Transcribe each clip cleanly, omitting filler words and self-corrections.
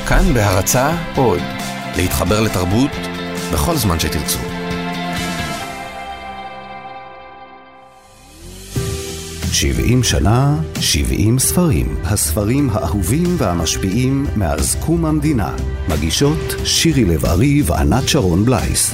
כאן בהרצאה עוד, להתחבר לתרבות בכל זמן שתרצו. "70 שנה, 70 ספרים", הספרים האהובים והמשפיעים מאז קום המדינה. מגישות שירי לב-ארי וענת שרון בלייס.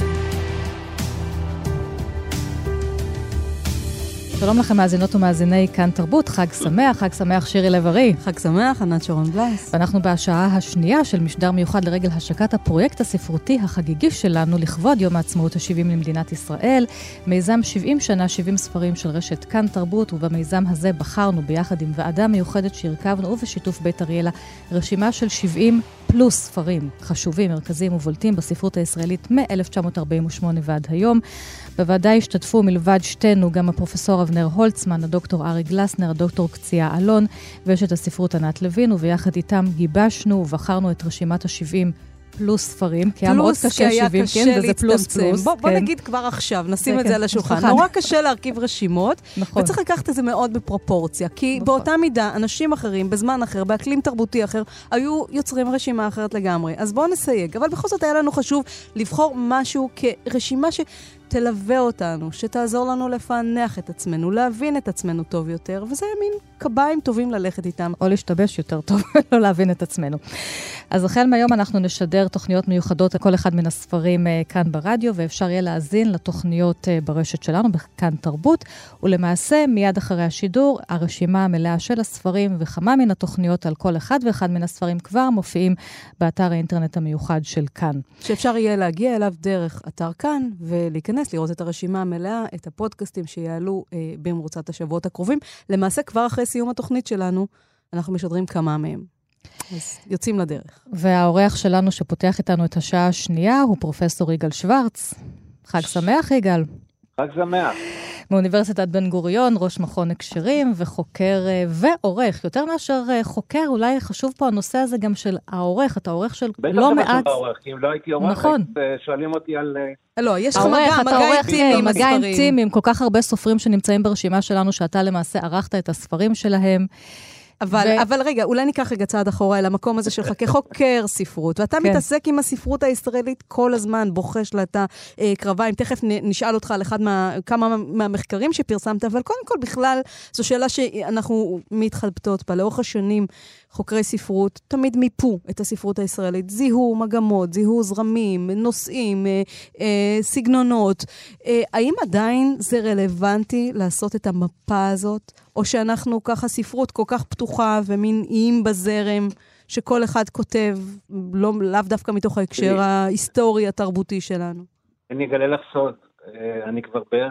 שלום לכם מאזינות ומאזיני כאן תרבות, חג שמח שירי לב-ארי. חג שמח, ענת שרון בלייס. ואנחנו בשעה השנייה של משדר מיוחד לרגל השקת הפרויקט הספרותי החגיגי שלנו לכבוד יום העצמאות ה-70 למדינת ישראל, מיזם 70 שנה 70 ספרים של רשת כאן תרבות, ובמיזם הזה בחרנו ביחד עם ועדה מיוחדת שהרכבנו ובשיתוף בית אריאלה רשימה של 70 פלוס ספרים חשובים, מרכזיים ובולטים בספרות הישראלית מ-1948 ועד היום. בוועדה השתתפו מלבד שתינו גם הפרופסור אבנר הולצמן, הדוקטור ארי גלסנר, הדוקטור קציעה אלון, ואשת הספרות ענת לוין, וביחד איתם גיבשנו ובחרנו את רשימת ה-70 פלוס ספרים, כי היה מאוד קשה 70, כן, וזה פלוס. בוא נגיד כבר עכשיו, נשים את זה על השולחן. נורא קשה להרכיב רשימות, וצריך לקחת את זה מאוד בפרופורציה, כי באותה מידה, אנשים אחרים, בזמן אחר, באקלים תרבותי אחר, היו יוצרים רשימה אחרת לגמרי. אז בואו נסייג, אבל בכל זאת היה לנו חשוב לבחור משהו כרשימה תלווה אותנו, שתעזור לנו לפענח את עצמנו, להבין את עצמנו טוב יותר, וזה מין קביים טובים ללכת איתם. או להשתבש יותר טוב, לא להבין את עצמנו. אז החל מהיום אנחנו נשדר תוכניות מיוחדות על כל אחד מן הספרים כאן ברדיו, ואפשר יהיה להאזין לתוכניות ברשת שלנו, בכאן תרבות, ולמעשה מיד אחרי השידור, הרשימה המלאה של הספרים וכמה מן התוכניות על כל אחד ואחד מן הספרים כבר מופיעים באתר האינטרנט המיוחד של כאן. שאפשר יהיה להגיע אליו דרך אתר כאן ולהיכנס לראות את הרשימה המלאה, את הפודקאסטים שיעלו במרוצת השבועות הקרובים. למעשה, כבר אחרי סיום התוכנית שלנו, אנחנו משדרים כמה מהם. אז יוצאים לדרך. והאורח שלנו שפותח איתנו את השעה השנייה הוא פרופסור יגאל שוורץ. חג שמח, יגאל. חג שמח. מאוניברסיטת בן גוריון, ראש מכון הקשרים וחוקר ועורך. יותר מאשר חוקר, אולי חשוב פה הנושא הזה גם של העורך. אתה עורך של לא מעט... כי אם לא הייתי עורך, נכון. שואלים אותי על... לא, יש לך מגע אינטימי, כל כך הרבה סופרים שנמצאים ברשימה שלנו, שאתה למעשה ערכת את הספרים שלהם. אבל רגע, אולי ניקח רגע צעד אחורה אל המקום הזה שלך כחוקר ספרות, ואתה מתעסק עם הספרות הישראלית כל הזמן, בוחש לה את הקרביים, תכף נשאל אותך על כמה מהמחקרים שפרסמת, אבל קודם כל בכלל, זו שאלה שאנחנו מתחלפתות בה, לאורך השנים חוקרי ספרות תמיד מיפו את הספרות הישראלית, זיהו מגמות, זיהו זרמים, נושאים, סגנונות. האם עדיין זה רלוונטי לעשות את המפה הזאת, או שאנחנו ככה ספרות כל כך פתוחה ומין איים בזרם, שכל אחד כותב לאו דווקא מתוך ההקשר ההיסטורי התרבותי שלנו? אני אגלה לך סוד, אני כבר בערך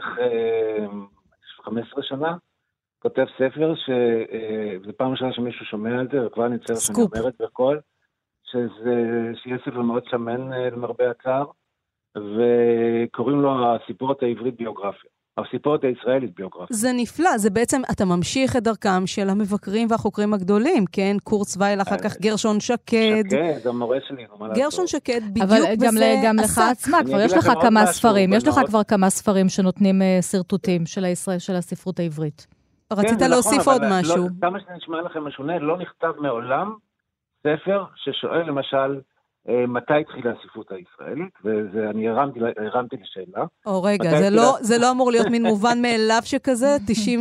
15 שנה, כותב ספר, זה פעם ראשונה שמישהו שומע על זה, וכבר אני צריך שאני אומרת בכל, שיהיה ספר מאוד שמן למרבה הצער, וקוראים לו הסיפורת העברית ביוגרפיה. הסיפורת הישראלית ביוגרפיה. זה נפלא, זה בעצם, אתה ממשיך את דרכם של המבקרים והחוקרים הגדולים, כן? קורץ וייל, אחר כך גרשון שקד. שקד, המורה שלי. גרשון שקד בדיוק אבל גם לך עצמה, כבר יש לך כמה ספרים, יש לך כבר כמה ספרים שנותנים סרטוטים של הספרות העברית. רצית להוסיף עוד משהו. כמה שנשמע לכם משונה, לא נכתב מעולם ספר ששואל למשל, מתי התחילה הספרות הישראלית, ואני הרמתי לשאלה. רגע, זה לא אמור להיות מין מובן מאליו שכזה?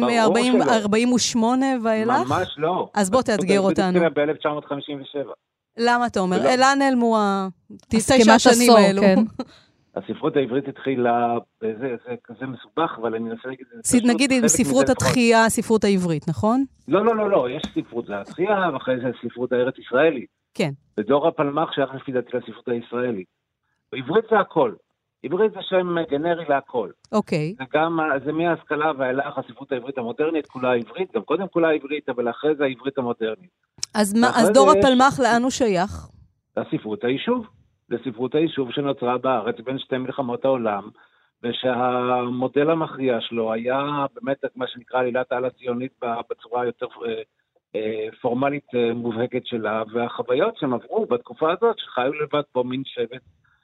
48 ואילך? ממש לא. אז בוא תאתגר אותנו. ב-1957. למה אתה אומר? אלא נעלמו 9 השנים האלו. הספרות העברית התחילה, זה כזה מסובך, אבל אני אנסה להגיד... נגיד עם ספרות התחייה, הספרות העברית, נכון? לא, יש ספרות, זה התחייה, ואחרי זה ספרות הארץ ישראלית. כן. בדור הפלמ"ח שייך לפי דעתי לספרות הישראלית. בעברית זה הכל. עברית זה שם גנרי להכל. אוקיי. זה מההשכלה ואילך הספרות העברית המודרנית, כולה העברית, גם קודם כולה העברית, אבל אחרי זה העברית המודרנית. אז דור הפלמ"ח לאן הוא שייך? לספרות היישוב. לספרות היישוב שנוצרה בארץ בין שתי מלחמות העולם, ושהמודל המכריע שלו היה באמת מה שנקרא עלילת העל הציונית בצורה יותר פורמלית מובהקת שלה, והחוויות שהם עברו בתקופה הזאת, שחיו לבד פה מין שבט,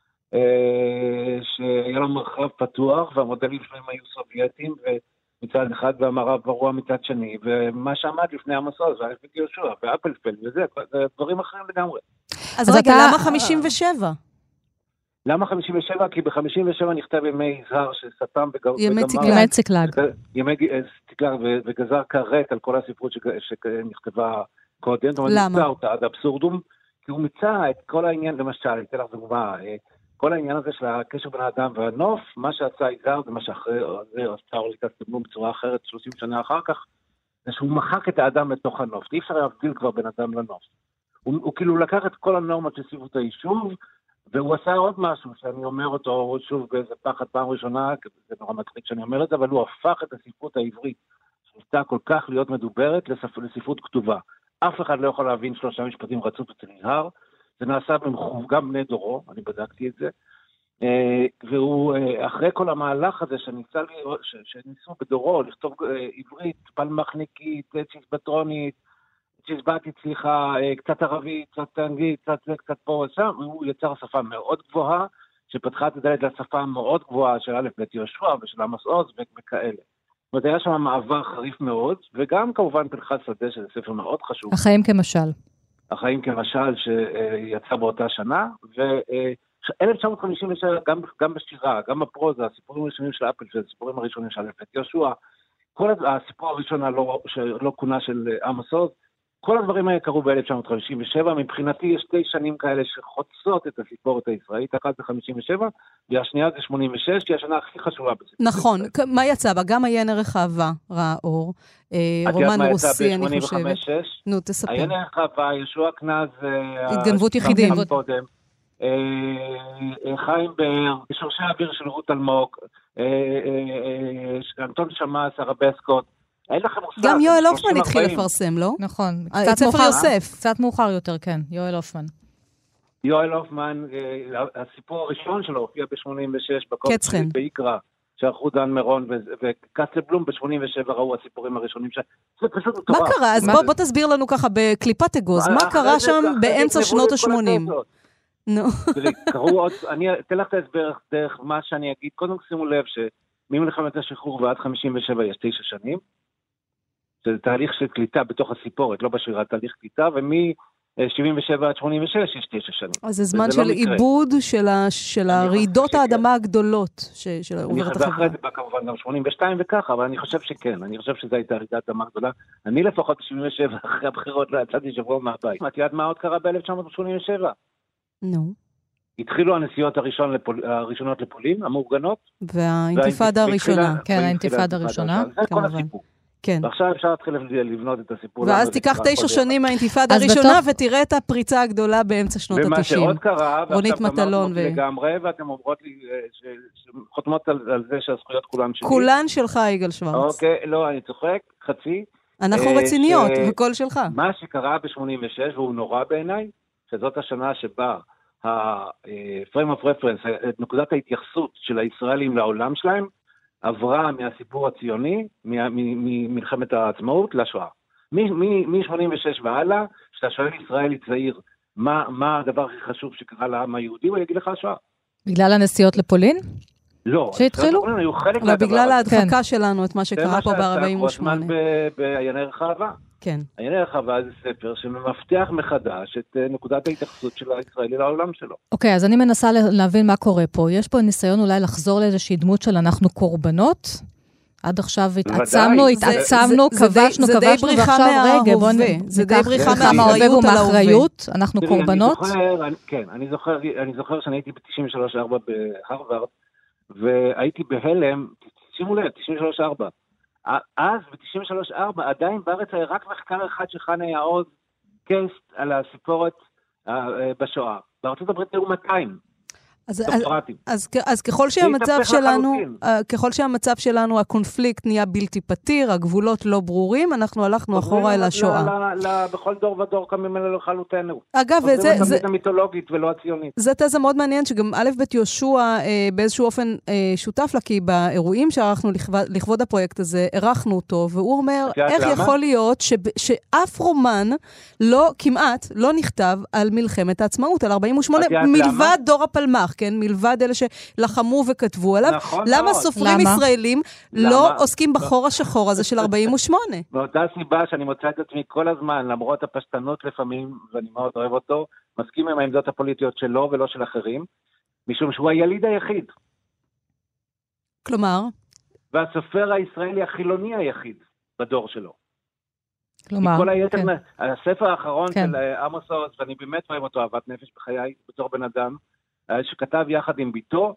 שהיה לו מרחב פתוח, והמודלים שלהם היו סובייטים, מצד אחד והמערב ברוע מצד שני, ומה שעמד לפני המסוע זה היה יהושע ואפלפלד וזה, דברים אחרים לגמרי. אז רגע, למה 57? למה 57? כי ב-57 נכתב ימי זהר שסתם ימי ציקלג. ימי ציקלג וגזר כרת על כל הספרות שנכתבה קודם. למה? הוא מיצה אותה עד אבסורדום, כי הוא מיצה את כל העניין, למשל, אתן לך דוגמה, כל העניין הזה של הקשר בין האדם והנוף, מה שעשה יזהר זה מה שאחרי זה עשה אורלי קסטנבלום בצורה אחרת 30 שנה אחר כך, זה שהוא מחק את האדם לתוך הנוף. אי אפשר להבדיל כבר בין אדם לנוף. הוא כאילו לקח את כל הנורמות של סביבות היישוב, והוא עשה עוד משהו שאני אומר אותו שוב באיזה פחד פעם ראשונה, זה נורא מצחיק שאני אומר את זה, אבל הוא הפך את הספרות העברית, שהייתה כל כך להיות מדוברת לספרות כתובה. אף אחד לא יכול להבין 3 משפטים רצוף אצל יזהר, זה נעשה במחוב גם בני דורו, אני בדקתי את זה, והוא אחרי כל המהלך הזה שניסו בדורו לכתוב עברית, פלמחניקית, צ'יזבטרונית, צ'יזבטית, סליחה, קצת ערבית, קצת אנגלית, קצת פה ושם, הוא יצר שפה מאוד גבוהה, שפתחה את הדלת לשפה מאוד גבוהה של א' ב' יהושע ושל עמוס עוז וכאלה. זאת אומרת, היה שם מעבר חריף מאוד, וגם כמובן פנחס שדה, שזה ספר מאוד חשוב. החיים כמשל. החיים כמשל שיצא באותה שנה, ו-1957 גם בשירה, גם בפרוזה, הסיפורים הראשונים של אפלפלד, הסיפורים הראשונים של א' ב' יהושע, כל הסיפור הראשון שלא כונה של עמוס עוז, כל הדברים האלה קרו ב-1957, מבחינתי יש 2 שנים כאלה שחוצות את הסיפורת הישראלית, אחת זה 57, והשנייה זה 86, כי השנה הכי חשובה בסיפור. נכון, מה יצא בה? גם עיין ערך אהבה ראה אור, רומן רוסי, אני חושבת. נו, תספר. עיין ערך אהבה, ישוע כנז, התגנבות יחידים. חיים באר, שורשי האוויר של רות אלמוג, אנטון שמאס, הרבסקוט, אין לכם מושג. גם יואל אופמן התחיל לפרסם, לא? נכון. ספר יוסף. קצת מאוחר יותר, כן. יואל אופמן. יואל אופמן, הסיפור הראשון שלו הופיע ב-86 בקופ שלי בעיקרה, שערכו דן מירון וקסטנבלום ב-87 ראו הסיפורים הראשונים זה פשוט מטורף. מה קרה? אז בוא תסביר לנו ככה בקליפת אגוז. מה קרה שם באמצע שנות ה-80? נו. אני אתן לך את ההסבר דרך מה שאני אגיד. קודם שימו לב שממלחמת השחרור ועד 57 יש 9 שנים. זה תהליך של קליטה בתוך הסיפורת, לא בשירה, תהליך קליטה, ומ-77 עד 86 יש 9 שנים. אז זה זמן של עיבוד של הרעידות האדמה הגדולות שעוברת החברה. ואחרי זה בא כמובן גם 82 וככה, אבל אני חושב שכן, אני חושב שזו הייתה רעידת אדמה גדולה. אני לפחות ב-77 אחרי הבחירות לא יצאתי שבוע מהבית. את יודעת מה עוד קרה ב-1987? נו. התחילו הנסיעות הראשונות לפולין, המאורגנות. והאינתיפאדה הראשונה. כן, האינתיפאדה הראשונה. זה כל הסיפור. כן. ועכשיו אפשר להתחיל לבנות את הסיפור. ואז תיקח 9 שנים מהאינתיפאדה הראשונה, ותראה את הפריצה הגדולה באמצע שנות ה-90. ומה שעוד קרה, רונית מטלון לגמרי, ואתם אומרות לי, חותמות על זה שהזכויות כולן שלי. כולן שלך, יגאל שוורץ. אוקיי, לא, אני צוחק, חצי. אנחנו רציניות, הכל שלך. מה שקרה ב-86, והוא נורא בעיניי, שזאת השנה שבה ה-frame of reference, נקודת ההתייחסות של הישראלים לעולם שלהם, עברה מהסיפור הציוני, ממלחמת העצמאות לשואה. מ-86 והלאה, שאתה שואל ישראלי צעיר, מה הדבר הכי חשוב שקרה לעם היהודי, הוא יגיד לך השואה. בגלל הנסיעות לפולין? לא. שהתחילו? אבל בגלל ההדחקה שלנו, את מה שקרה פה ב-48. בעיין ערך אהבה. כן. עיין ערך אהבה זה ספר שמפתח מחדש את נקודת ההתייחסות של הישראלי לעולם שלו. אוקיי, אז אני מנסה להבין מה קורה פה. יש פה ניסיון אולי לחזור לאיזושהי דמות של אנחנו קורבנות? עד עכשיו התעצמנו, כבשנו, ועכשיו רגע, בואו זה די בריחה מהאחריות אנחנו קורבנות? כן, אני זוכר שאני הייתי ב-93-4 בהרווארד, והייתי בהלם, שימו לב, 93-4. אז ב-93-4 עדיין בארץ היה רק מחקר אחד של חנה יעוז קסט על הסיפורת בשואה. בארצות הברית היו 200 דוקטורטים. אז ככל שהמצב שלנו, הקונפליקט נהיה בלתי פתיר, הגבולות לא ברורים, אנחנו הלכנו אחורה אל השואה. בכל דור ודור קמים אלה לחלוטנו. אגב, זה המיתולוגית ולא הציונית. זה תזה מאוד מעניין, שגם א' ב' יהושע באיזשהו אופן שותף לה, כי באירועים שערכנו לכבוד הפרויקט הזה, ערכנו אותו, והוא אומר, איך יכול להיות שאף רומן כמעט לא נכתב על מלחמת העצמאות, על 48, מלבד דור הפלמ"ח, כן? מלבד אלה שלחמו וכתבו עליו. למה סופרים ישראלים לא עוסקים בחור השחור הזה של 48? באותה סיבה שאני מוצא את עצמי כל הזמן, למרות הפשטנות לפעמים, ואני מאוד אוהב אותו, מסכים עם העמדות הפוליטיות שלו ולא של אחרים, משום שהוא היליד היחיד. כלומר? והסופר הישראלי החילוני היחיד בדור שלו. כלומר, כל היתר, כן. הספר האחרון כן. של עמוס עוז, ואני באמת אוהב אותו, אהבת נפש בחיי, בתור בן אדם, שכתב יחד עם ביתו,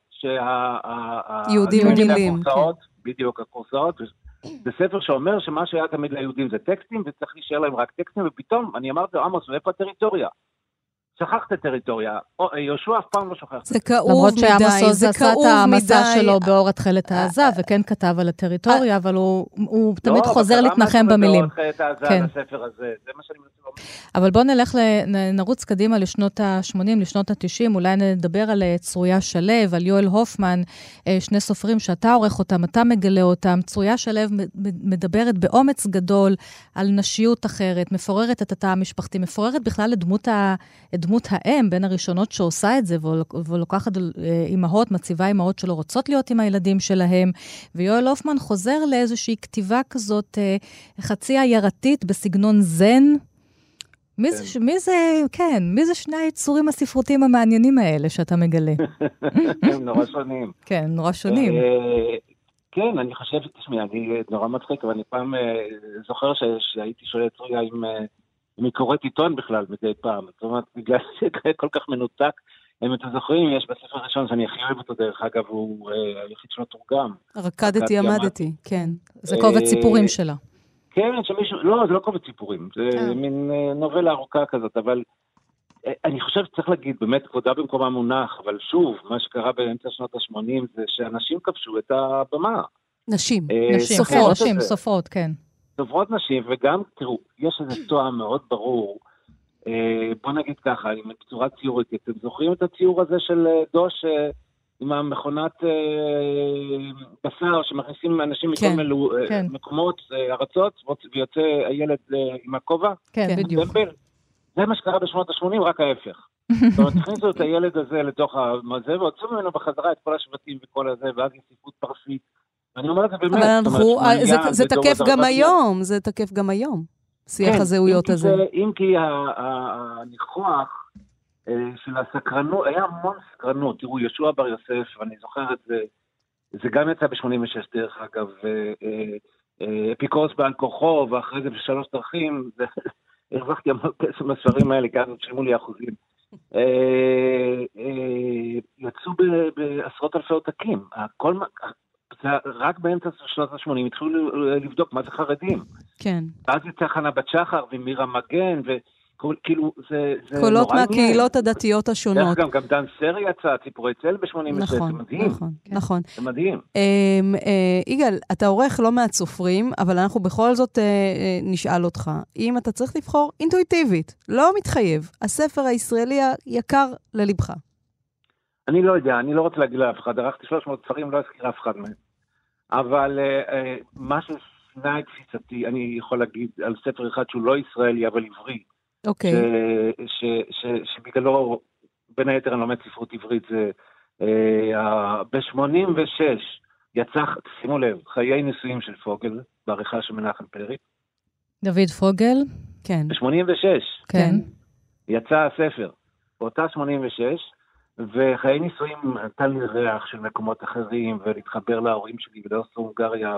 יהודים רגילים, כן. בדיוק הקורסאות, זה ספר שאומר שמה שהיה תמיד ליהודים זה טקסטים, וצריך להישאר להם רק טקסטים, ופתאום אני אמרתי לו, עמוס, ואיפה הטריטוריה? שכחת טריטוריה, יהושע אף פעם לא שוכח. זה כאוב למרות מדי, שעמוס עוז עשה את המסע שלו באור התחלת העזה, וכן כתב על הטריטוריה, אבל הוא תמיד חוזר להתנחם במילים. לא, אבל קרא משהו באור התחלת העזה על הספר הזה, זה מה שאני מנסה לומר. אבל בואו נרוץ קדימה לשנות ה-80, לשנות ה-90, אולי נדבר על צרויה שלו, על יואל הופמן, שני סופרים שאתה עורך אותם, אתה מגלה אותם. צרויה שלו מדברת באומץ גדול על נשיות אחרת, מפוררת את התא המשפחתי, מפוררת בכלל דמות האם, בין הראשונות שעושה את זה, ולוקחת אימהות, מציבה אימהות שלא רוצות להיות עם הילדים שלהם, ויואל הופמן חוזר לאיזושהי כתיבה כזאת, חצי עיירתית בסגנון זן. מי זה שני היצורים הספרותיים המעניינים האלה שאתה מגלה? הם נורא שונים. כן, נורא שונים. כן, אני חושב, תשמעי, אני נורא מצחיק, אבל אני פעם זוכר שהייתי שואל את צרויה אם היא קוראת עיתון בכלל מדי פעם. זאת אומרת, בגלל שכל כך מנותק, אם אתם זוכרים, יש בספר הראשון שאני הכי אוהב אותו, דרך אגב, הוא היחיד שלו תורגם. רקדתי עמדתי, כן. זה קובץ סיפורים שלה. כן, שמישהו, לא, זה לא קובץ סיפורים, זה מין נובלה ארוכה כזאת, אבל אני חושב שצריך להגיד, באמת כבודה במקומה מונח, אבל שוב, מה שקרה באמצע שנות ה-80 זה שאנשים כבשו את הבמה. נשים, סופרות, כן. סופרות נשים, וגם, תראו, יש איזה תואם מאוד ברור, בוא נגיד ככה, עם בצורה ציורית, אתם זוכרים את הציור הזה של דוש, עם המכונת בשר, שמכניסים אנשים מכל מקומות, ארצות, ויוצא הילד עם הכובע? כן, בדיוק. זה מה שקרה בשנות ה-80, רק ההפך. זאת אומרת, הכניסו את הילד הזה לתוך הזה, והוצאו ממנו בחזרה את כל השבטים וכל הזה, ואז יש ספרות פרסית. אני אומר את זה באמת. אבל זה תקף גם היום, זה תקף גם היום, שיח הזהויות הזה. אם כי הניחוח של הסקרנות, היה המון סקרנות. תראו, ישוע בר יוסף, ואני זוכר את זה, זה גם יצא ב-86 דרך אגב, אפיקורס בעל כוחו, ואחרי זה בשלוש דרכים, הרווחתי המון כסף מהספרים האלה, כי אז שילמו לי אחוזים. יצאו בעשרות אלפי עותקים. רק באמצע שנות ה-80 התחילו לבדוק מה זה חרדים. כן. ואז יצא חנה בת שחר ומירה מגן, וכאילו זה קולות מהקהילות הדתיות השונות. דרך גם דן סרי יצא, ציפורי צל ב-86, זה מדהים. נכון. זה מדהים. יגאל, אתה עורך לא מעט סופרים, אבל אנחנו בכל זאת נשאל אותך, אם אתה צריך לבחור אינטואיטיבית, לא מתחייב, הספר הישראלי היקר ללבך. אני לא יודע, אני לא רוצה להגיד לאף אחד, ערכתי 300 ספרים, לא אזכיר אף אחד מהם. אבל משהו שנאי תפיסתי, אני יכול להגיד על ספר אחד שהוא לא ישראלי, אבל עברי. אוקיי. שבגללו, בין היתר אני לומד ספרות עברית, זה ב-86 יצא, שימו לב, חיי נישואים של פוגל, בעריכה של מנחם פרי. דוד פוגל? כן. ב-86. כן. יצא הספר. באותה 86, וחיי נישואים נתן לי ריח של מקומות אחרים, ולהתחבר להורים שלי ולאוסטרו-הונגריה,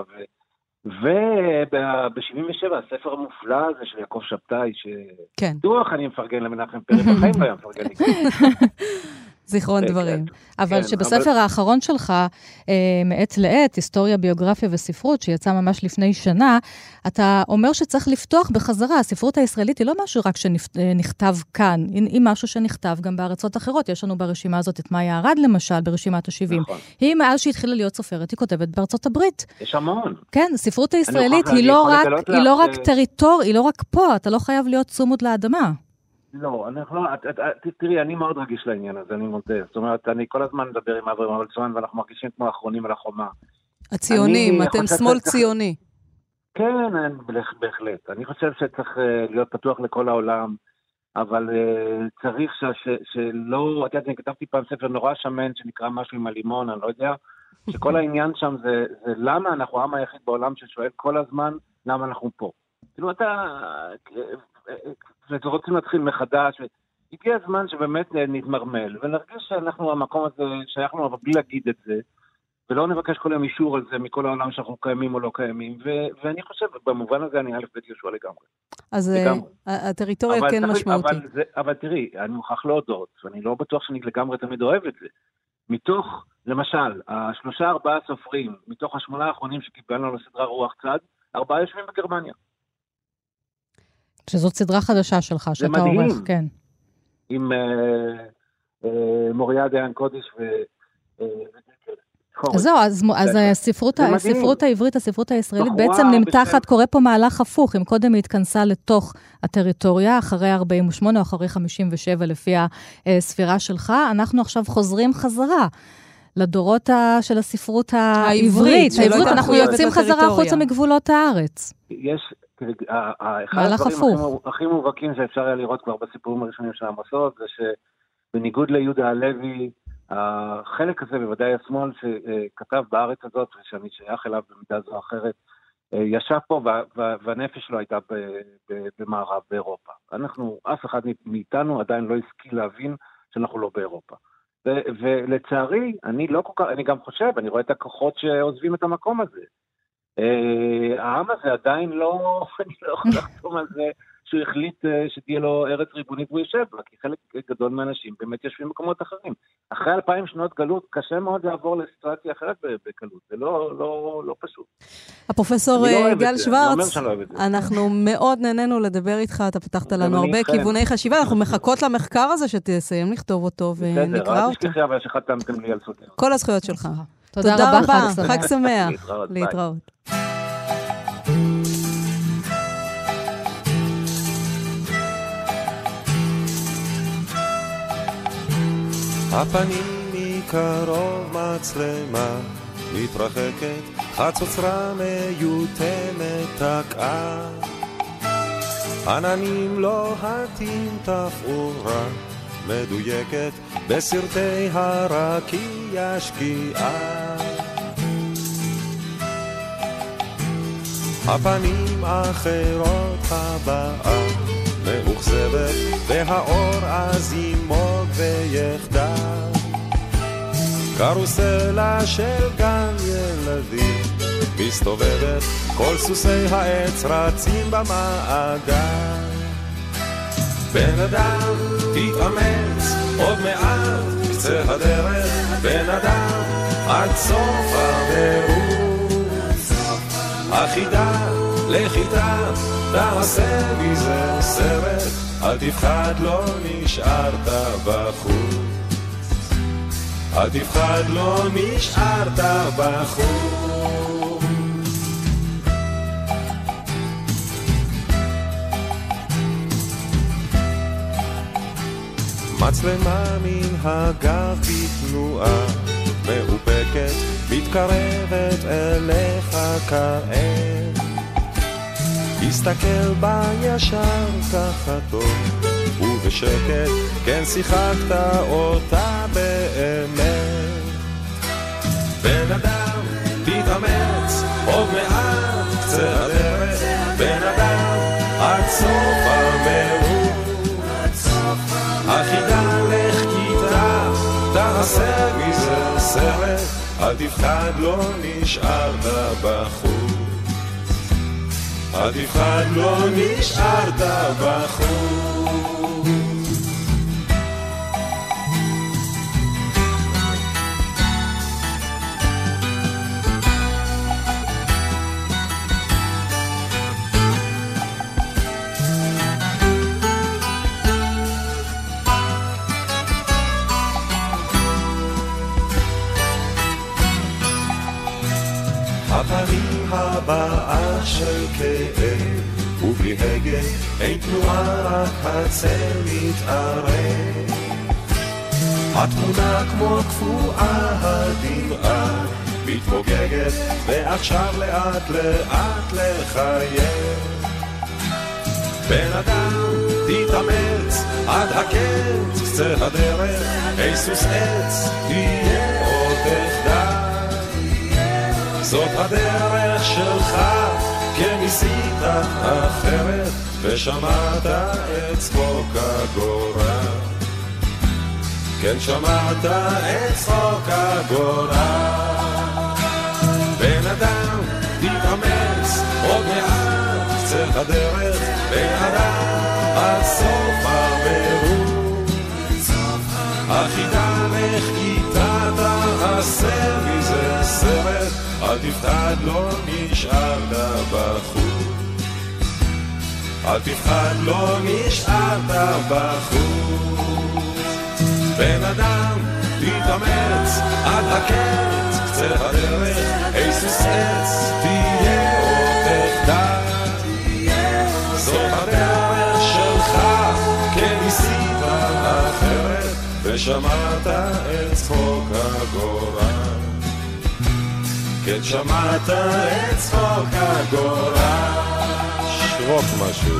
וב-77 הספר המופלא הזה של יעקב שבתאי, שדוח אני מפרגן למנחם פרי, בחיים לא היה מפרגן לי. זיכרון דברים. אבל שבספר האחרון שלך, מעת לעת, היסטוריה, ביוגרפיה וספרות, שיצא ממש לפני שנה, אתה אומר שצריך לפתוח בחזרה. הספרות הישראלית היא לא משהו רק שנכתב כאן, היא משהו שנכתב גם בארצות אחרות. יש לנו ברשימה הזאת את מאיה ארד, למשל, ברשימת ה-70. היא מאז שהתחילה להיות סופרת, היא כותבת בארצות הברית. יש המון. כן, הספרות הישראלית היא לא רק טריטור, היא לא רק פה, אתה לא חייב להיות צמוד לאדמה. לא, תראי, אני מאוד רגיש לעניין הזה, אני מודה. זאת אומרת, אני כל הזמן מדבר עם אברהם אבלסון, ואנחנו מרגישים כמו האחרונים על החומה. הציונים, אתם שמאל ציוני. כן, בהחלט. אני חושב שצריך להיות פתוח לכל העולם, אבל צריך שלא, את יודעת, אני כתבתי פעם ספר נורא שמן, שנקרא משהו עם הלימון, אני לא יודע, שכל העניין שם זה למה אנחנו העם היחיד בעולם ששואל כל הזמן, למה אנחנו פה. כאילו, רוצים להתחיל מחדש, הגיע הזמן שבאמת נתמרמל, ונרגיש שאנחנו המקום הזה, שאנחנו אבל בלי להגיד את זה, ולא נבקש כל יום אישור על זה מכל העולם שאנחנו קיימים או לא קיימים, ואני חושב, במובן הזה אני א' ב' יהושע לגמרי. אז הטריטוריה כן משמעותית. אבל תראי, אני מוכרח להודות, ואני לא בטוח שאני לגמרי תמיד אוהב את זה. מתוך, למשל, 3-4 סופרים, מתוך 8 האחרונים שקיבלנו לסדרה רוח צד, 4 יושבים בגרמניה. שזאת סדרה חדשה שלך, שאתה עורך, כן. עם מוריה דיין קודש אז זהו, אז הספרות העברית, הספרות הישראלית בעצם נמתחת, קורא פה מהלך הפוך, אם קודם היא התכנסה לתוך הטריטוריה, אחרי 48 או אחרי 57 לפי הספירה שלך, אנחנו עכשיו חוזרים חזרה לדורות של הספרות העברית. אנחנו יוצאים חזרה חוצה מגבולות הארץ. יש, אחד הדברים הכי מובהקים שאפשר היה לראות כבר בסיפורים הראשונים של המסורת, זה שבניגוד ליהודה הלוי, החלק הזה, בוודאי השמאל שכתב בארץ הזאת, ושאני שייך אליו במידה זו או אחרת, ישב פה והנפש שלו הייתה במערב, באירופה. אף אחד מאיתנו עדיין לא השכיל להבין שאנחנו לא באירופה. ולצערי, אני גם חושב, אני רואה את הכוחות שעוזבים את המקום הזה. העם הזה עדיין לא, אני לא יכול לחתום על זה, שהוא החליט שתהיה לו ארץ ריבונית והוא יושב לה, כי חלק גדול מהאנשים באמת יושבים במקומות אחרים. אחרי 2000 שנות גלות, קשה מאוד לעבור לסיטואציה אחרת בקלות, זה לא פשוט. הפרופסור גל שוורץ, אנחנו מאוד נהנינו לדבר איתך, אתה פתחת לנו הרבה כיווני חשיבה, אנחנו מחכות למחקר הזה שתסיים לכתוב אותו ונקרא אותו. תשכחי אבל שחתמתם לי על סוטר. כל הזכויות שלך. תודה רבה, חג שמח. להתראות. הפנים מקרוב מצלמה מתרחקת, חצוצרה מיותמת תקעה, עננים לוהטים תפאורה מדויקת בסרטי הרקיע שקיעה. הפנים אחרות הבאה מאוכזבת והאור אז ימוג ויחדל, קרוסלה של גן ילדים מסתובבת, כל סוסי העץ רצים במעגל. בן אדם תתאמץ עוד מעט קצה הדרך, בן אדם עד סוף המרוץ, החידה לחידה תעשה מזה סרט, אל תפחד לא נשארת בחוץ, אל תפחד לא נשארת בחוץ. מצלמה מן הגב בתנועה מאופקת מתקרבת אליך כעת, הסתכל בה ישר ככה טוב ובשקט, כן שיחקת אותה באמת. בן אדם תתאמץ עוד מעט קצה הדרך, בן אדם עד סוף המרוץ, החידה לך כיתה תעשה מזה סרט, אל תפחד לא נשארת בחוץ, אל תפחד לא נשארת בחוץ. הפנים הבאה של כאב ובלי הגה, אין תנועה רק הצל מתערב, התמונה כמו קפואה הדמעה מתפוגגת ועכשיו לאט לאט לחייב. בן אדם תתאמץ עד הקץ קצה הדרך, איסוס עץ תהיה עוד תחדה, זאת הדרך שלך, כן ניסית אחרת, ושמעת את צחוק הגורל. כן, שמעת את צחוק הגורל. בן אדם, תתאמץ, עוד מעט קצה הדרך, בן אדם, עד סוף הבירור. החידה לך איתה תעשה מזה סרט, אל תפחד, לא נשארת בחוץ. אל תפחד, לא נשארת בחוץ. בן אדם, תתאמץ, עד הקץ, קצה הדרך, איסוס עץ, תהיה עוד תחתן. זאת הדרך שלך, כן ניסית אחרת, ושמעת את צחוק הגורל. כן, שמעת את צחוק הגורל. שרוק משהו.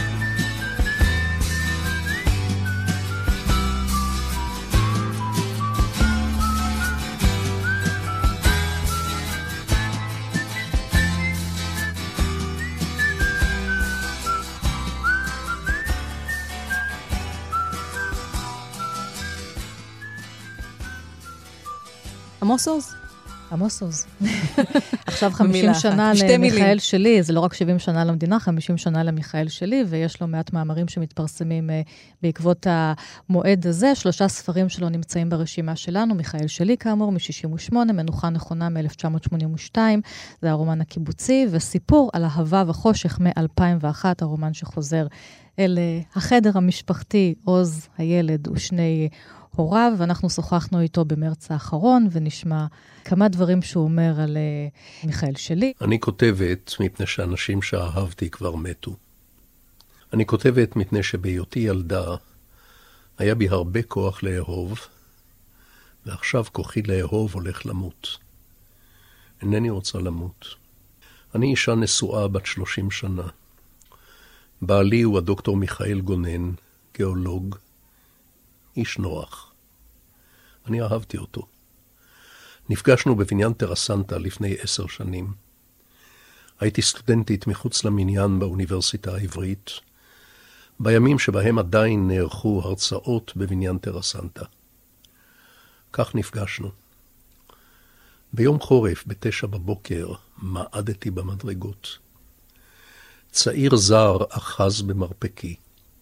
עמוס עוז. עמוס עוז. עכשיו 50 שנה למיכאל שלי, זה לא רק 70 שנה למדינה, 50 שנה למיכאל שלי, ויש לו מעט מאמרים שמתפרסמים בעקבות המועד הזה. 3 ספרים שלו נמצאים ברשימה שלנו, מיכאל שלי כאמור, מ-68, מנוחה נכונה מ-1982, זה הרומן הקיבוצי, וסיפור על אהבה וחושך מ-2001, הרומן שחוזר אל החדר המשפחתי, עוז, הילד ושני הוריו, ואנחנו שוחחנו איתו במרץ האחרון, ונשמע כמה דברים שהוא אומר על מיכאל שלי. אני כותבת מפני שאנשים שאהבתי כבר מתו. אני כותבת מפני שבהיותי ילדה, היה בי הרבה כוח לאהוב, ועכשיו כוחי לאהוב הולך למות. אינני רוצה למות. אני אישה נשואה בת 30 שנה. בעלי הוא הדוקטור מיכאל גונן, גיאולוג, איש נוח. אני אהבתי אותו. נפגשנו בבניין טרסנטה לפני 10 שנים. הייתי סטודנטית מחוץ למניין באוניברסיטה העברית, בימים שבהם עדיין נערכו הרצאות בבניין טרסנטה. כך נפגשנו. ביום חורף, ב9 בבוקר, מעדתי במדרגות. צעיר זר אחז במרפקי.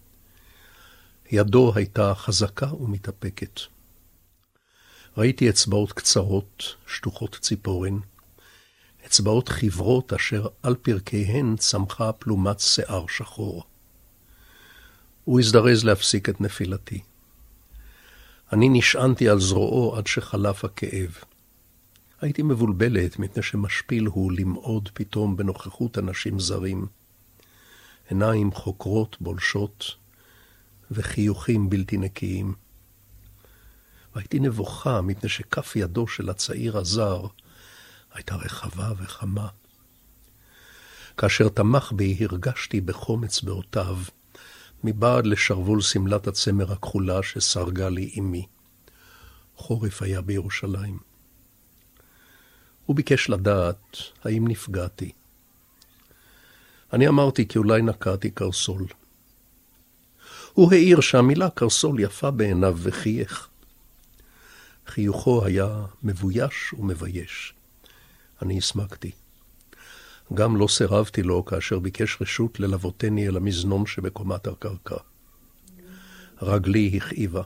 ידו הייתה חזקה ומתאפקת. ראיתי אצבעות קצרות, שטוחות ציפורן, אצבעות חברות אשר על פרקיהן צמחה פלומת שיער שחור. הוא הזדרז להפסיק את נפילתי. אני נשענתי על זרועו עד שחלף הכאב. הייתי מבולבלת מפני שמשפיל הוא למעוד פתאום בנוכחות אנשים זרים. עיניים חוקרות בולשות וחיוכים בלתי נקיים. והייתי נבוכה מפני שכף ידו של הצעיר הזר הייתה רחבה וחמה. כאשר תמך בי הרגשתי בחומץ באותיו, מבעד לשרבול סמלת הצמר הכחולה שסרגה לי אמי. חורף היה בירושלים. הוא ביקש לדעת האם נפגעתי. אני אמרתי כי אולי נקעתי קרסול. הוא העיר שהמילה קרסול יפה בעיניו וחייך. חיוכו היה מבויש ומבייש. אני הסמקתי. גם לא סירבתי לו כאשר ביקש רשות ללוותני אל המזנון שבקומת הקרקע. רגלי הכאיבה.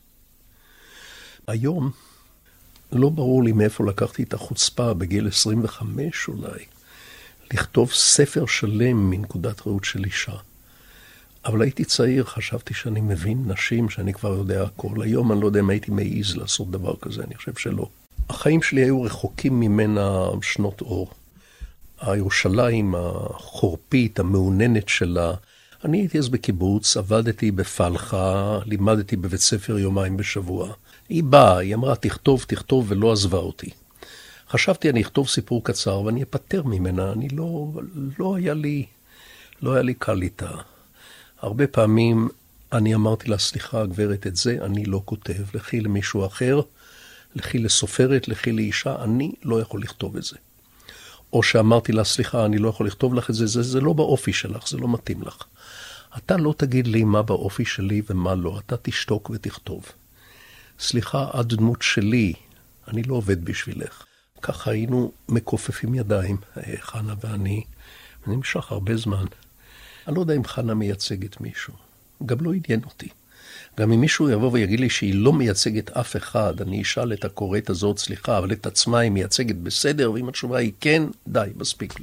היום לא ברור לי מאיפה לקחתי את החוצפה בגיל 25 אולי, לכתוב ספר שלם מנקודת ראות של אישה. אבל הייתי צעיר, חשבתי שאני מבין נשים, שאני כבר יודע הכל. היום אני לא יודע אם הייתי מעיז לעשות דבר כזה, אני חושב שלא. החיים שלי היו רחוקים ממנה שנות אור. הירושלים החורפית, המעוננת שלה. אני הייתי אז בקיבוץ, עבדתי בפלחה, לימדתי בבית ספר יומיים בשבוע. היא באה, היא אמרה, תכתוב, ולא עזבה אותי. חשבתי, אני אכתוב סיפור קצר ואני אפטר ממנה. אני לא היה לי קל איתה. הרבה פעמים אני אמרתי לה, סליחה, גברת, את זה אני לא כותב. לכי למישהו אחר, לכי לסופרת, לכי לאישה, אני לא יכול לכתוב את זה. או שאמרתי לה, סליחה, אני לא יכול לכתוב לך את זה, זה לא באופי שלך, זה לא מתאים לך. אתה לא תגיד לי מה באופי שלי ומה לא, אתה תשתוק ותכתוב. סליחה, הדמות שלי, אני לא עובד בשבילך. ככה היינו מכופפים ידיים, חנה ואני, ונמשך הרבה זמן. אני לא יודע אם חנה מייצגת מישהו, גם לא עניין אותי. גם אם מישהו יבוא ויגיד לי שהיא לא מייצגת אף אחד, אני אשאל את הקוראת הזאת, סליחה, אבל את עצמה היא מייצגת בסדר, ואם התשובה היא כן, די, מספיק לי.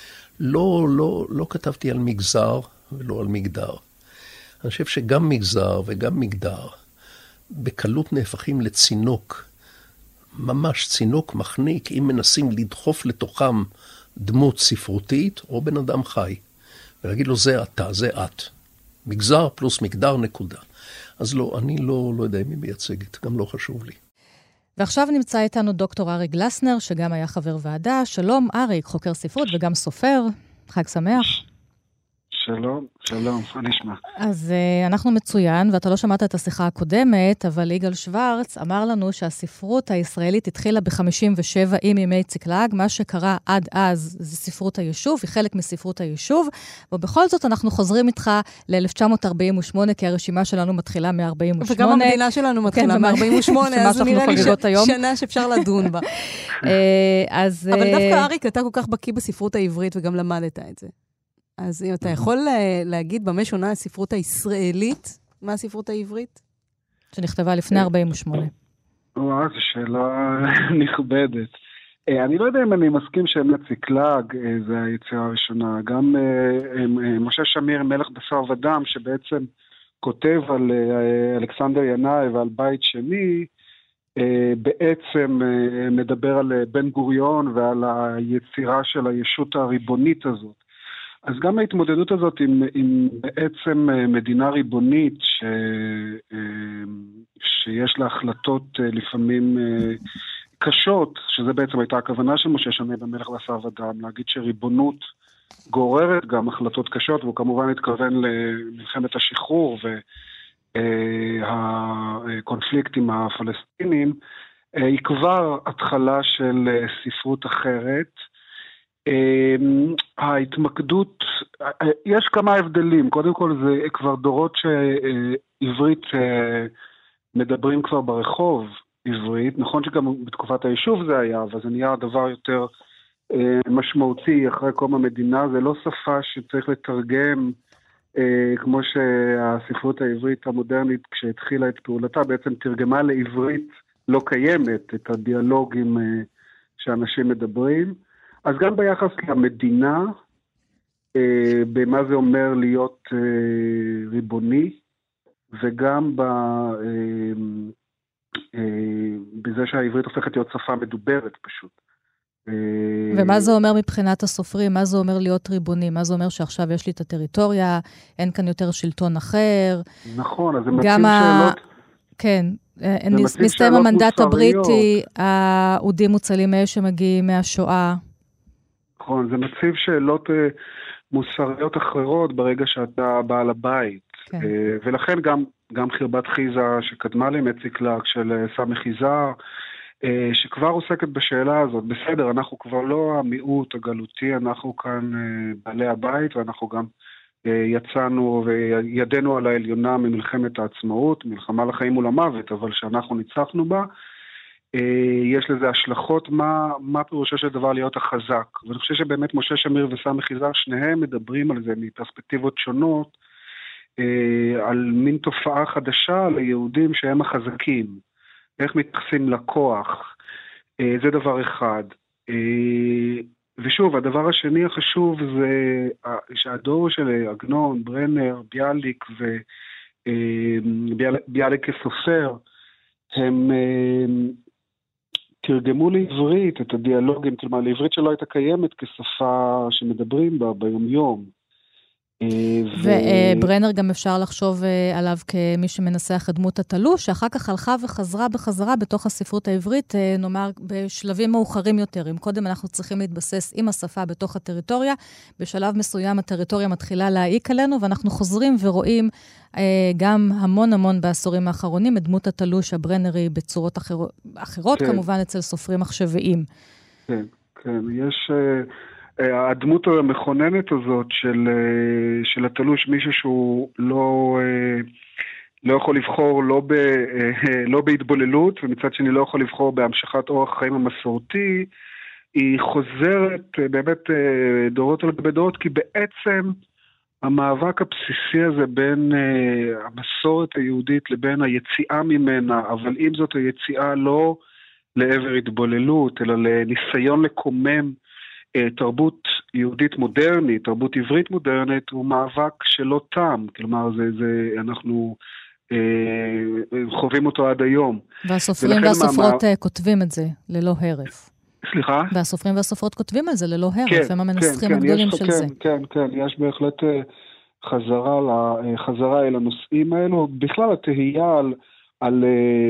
לא כתבתי על מגזר ולא על מגדר. אני חושב שגם מגזר וגם מגדר בקלות נהפכים לצינוק, ממש צינוק מחניק, אם מנסים לדחוף לתוכם דמות ספרותית או בן אדם חי, ולהגיד לו זה אתה, זה את. מגזר פלוס מגדר נקודה. אז לא, אני לא יודע אם היא מייצגת, גם לא חשוב לי. ועכשיו נמצא איתנו דוקטור אריק גלסנר, שגם היה חבר ועדה. שלום אריק, חוקר ספרות וגם סופר. חג שמח. שלום, מה נשמע? אז אנחנו מצוין, ואתה לא שמעת את השיחה הקודמת, אבל יגאל שוורץ אמר לנו שהספרות הישראלית התחילה ב-57 עם ימי ציקלג, מה שקרה עד אז זה ספרות היישוב, היא חלק מספרות היישוב, ובכל זאת אנחנו חוזרים איתך ל-1948, כי הרשימה שלנו מתחילה מ-48. וגם המדינה שלנו מתחילה מ-48, אז נראה לי שנה שאפשר לדון בה. אבל דווקא אריק, אתה כל כך בקיא בספרות העברית, וגם למדת את זה. אז אם אתה יכול להגיד במה שונה הספרות הישראלית, מה הספרות העברית? שנכתבה לפני 48. זו שאלה נכבדת. אני לא יודע אם אני מסכים שאמת ציקלג זה היצירה הראשונה. גם משה שמיר, מלך בשר ודם, שבעצם כותב על אלכסנדר ינאי ועל בית שני, בעצם מדבר על בן גוריון ועל היצירה של הישות הריבונית הזאת. אז גם ההתמודדות הזאת עם בעצם מדינה ריבונית שיש לה החלטות לפעמים קשות, שזה בעצם הייתה הכוונה של משה שמיר במלך בשר ודם, להגיד שריבונות גוררת גם החלטות קשות, והוא כמובן התכוון למלחמת השחרור והקונפליקט עם הפלסטינים, היא כבר התחלה של ספרות אחרת. ההתמקדות, יש כמה הבדלים. קודם כל זה כבר דורות שעברית מדברים כבר ברחוב עברית. נכון שגם בתקופת היישוב זה היה, אבל זה נהיה דבר יותר משמעותי אחרי קום המדינה. זה לא שפה שצריך לתרגם, כמו שהספרות העברית המודרנית כשהתחילה את פעולתה בעצם תרגמה לעברית לא קיימת את הדיאלוגים שאנשים מדברים. אז גם ביחס למדינה, במה זה אומר להיות ריבוני, וגם בזה שהעברית הופכת להיות שפה מדוברת פשוט. ומה זה אומר מבחינת הסופרים? מה זה אומר להיות ריבוני? מה זה אומר שעכשיו יש לי את הטריטוריה, אין כאן יותר שלטון אחר? נכון, אז זה מציב שאלות... כן, מסתיים המנדט הבריטי, האודים מוצלים שמגיעים מהשואה. נכון, זה מציב שאלות מוסריות אחרות ברגע שאתה בעל הבית. כן. ולכן גם חרבת חיזה שקדמה לימי ציקלג של סמי חיזר, שכבר עוסקת בשאלה הזאת. בסדר, אנחנו כבר לא המיעוט הגלותי, אנחנו כאן בעלי הבית, ואנחנו גם יצאנו וידנו על העליונה ממלחמת העצמאות, מלחמה לחיים ולמוות, אבל שאנחנו ניצחנו בה. יש לזה השלכות, מה פירושו של דבר להיות החזק. ואני חושב שבאמת משה שמיר וסמי חיזר, שניהם מדברים על זה מפרספקטיבות שונות, על מין תופעה חדשה ליהודים שהם החזקים. איך מתייחסים לכוח. זה דבר אחד. ושוב, הדבר השני החשוב זה שהדור של עגנון, ברנר, ביאליק וביאליק כסופר, הם תרגמו לעברית את הדיאלוגים, כלומר לעברית שלא הייתה קיימת כשפה שמדברים בה ביום-יום. וברנר גם אפשר לחשוב עליו כמי שמנסח את דמות התלוש, שאחר כך הלכה וחזרה בתוך הספרות העברית, נאמר בשלבים מאוחרים יותר. אם קודם אנחנו צריכים להתבסס עם השפה בתוך הטריטוריה, בשלב מסוים הטריטוריה מתחילה להעיק עלינו, ואנחנו חוזרים ורואים גם המון בעשורים האחרונים את דמות התלוש הברנרי בצורות אחרות, כן. כמובן אצל סופרים עכשוויים. כן, יש... הדמות המכוננת הזאת של התלוש, מישהו שהוא לא יכול לבחור לא בהתבוללות, ומצד שני לא יכול לבחור בהמשכת אורח החיים המסורתי, היא חוזרת באמת דורות על גבי דורות, כי בעצם המאבק הבסיסי הזה בין המסורת היהודית לבין היציאה ממנה, אבל עם זאת היציאה לא לעבר התבוללות, אלא לניסיון לקומם תרבות יהודית מודרנית, תרבות עברית מודרנית, הוא מאבק שלא תם, כלומר אנחנו חווים אותו עד היום. והסופרים והסופרות כותבים את זה ללא הרף. סליחה? והסופרים והסופרות כותבים על זה ללא הרף, הם המנסחים הגדולים של זה. כן, יש בהחלט חזרה אל הנושאים האלו, בכלל התהייה על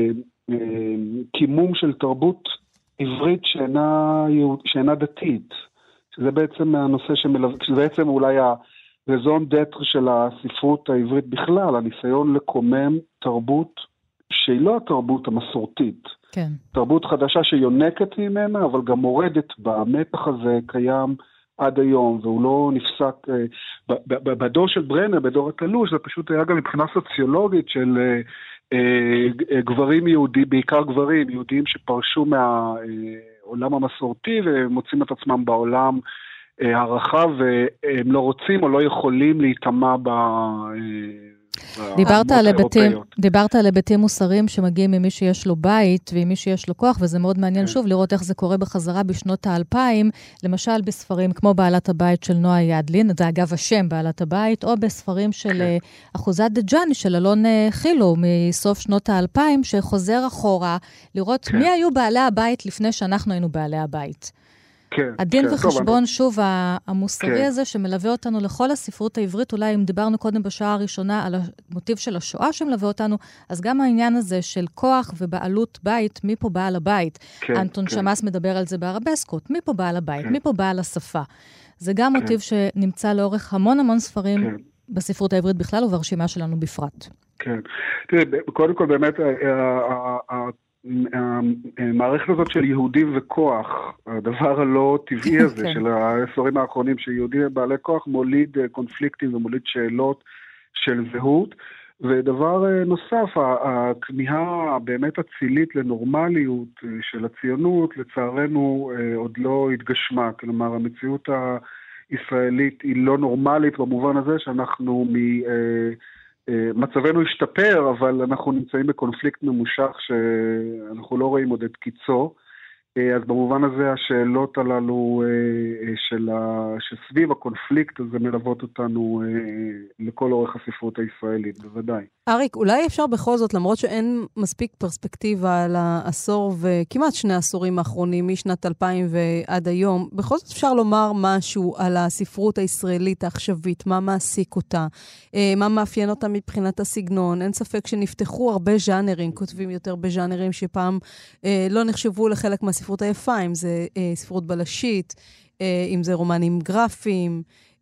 קימום של תרבות עברית שאינה דתית, שזה בעצם הנושא שזה בעצם אולי הרזון דטר של הספרות העברית בכלל, הניסיון לקומם תרבות שהיא לא התרבות המסורתית. כן. תרבות חדשה שיונקת ממנה, אבל גם מורדת בה. המתח הזה קיים עד היום, והוא לא נפסק. בדור של ברנר, בדור התלוש, זה פשוט היה גם מבחינה סוציולוגית של גברים יהודים, בעיקר גברים יהודים שפרשו מהעולם המסורתי, ומוצאים את עצמם בעולם הרחב, והם לא רוצים או לא יכולים להתאמה דיברת על היבטים מוסריים שמגיעים ממי שיש לו בית ומי שיש לו כוח, וזה מאוד מעניין שוב לראות איך זה קורה בחזרה בשנות ה-2000, למשל בספרים כמו בעלת הבית של נועה ידלין, זה אגב השם בעלת הבית, או בספרים של אחוזת דג'אני של אלון חילו מסוף שנות ה-2000, שחוזר אחורה לראות מי היו בעלי הבית לפני שאנחנו היינו בעלי הבית. הדין וחשבון שוב המוסרי הזה שמלווה אותנו לכל הספרות העברית, אולי אם דיברנו קודם בשעה הראשונה על המוטיב של השואה שמלווה אותנו, אז גם העניין הזה של כוח ובעלות בית, מי פה בעל הבית? אנטון שמאס מדבר על זה בערבסקות, מי פה בעל הבית? מי פה בעל השפה? זה גם מוטיב שנמצא לאורך המון ספרים בספרות העברית בכלל וברשימה שלנו בפרט. כן, תראי, קודם כל באמת המערכת הזאת של יהודים וכוח, הדבר הלא טבעי הזה של העשורים האחרונים, שיהודים ובעלי כוח מוליד קונפליקטים ומוליד שאלות של זהות, ודבר נוסף, הכמיהה באמת הצילית לנורמליות של הציונות, לצערנו עוד לא התגשמה, כלומר המציאות הישראלית היא לא נורמלית במובן הזה שאנחנו מצבנו השתפר, אבל אנחנו נמצאים בקונפליקט ממושך שאנחנו לא רואים עוד את קיצו. אז במובן הזה השאלות הללו שסביב הקונפליקט הזה מלוות אותנו לכל אורך הספרות הישראלית, בוודאי. אריק, אולי אפשר בכל זאת, למרות שאין מספיק פרספקטיבה על העשור וכמעט 2 עשורים האחרונים, משנת 2000 ועד היום, בכל זאת אפשר לומר משהו על הספרות הישראלית העכשווית, מה מעסיק אותה, מה מאפיין אותה מבחינת הסגנון. אין ספק שנפתחו הרבה ז'אנרים, כותבים יותר בז'אנרים שפעם לא נחשבו לחלק מהספרות היפה, אם זה ספרות בלשית, אם זה רומנים גרפיים.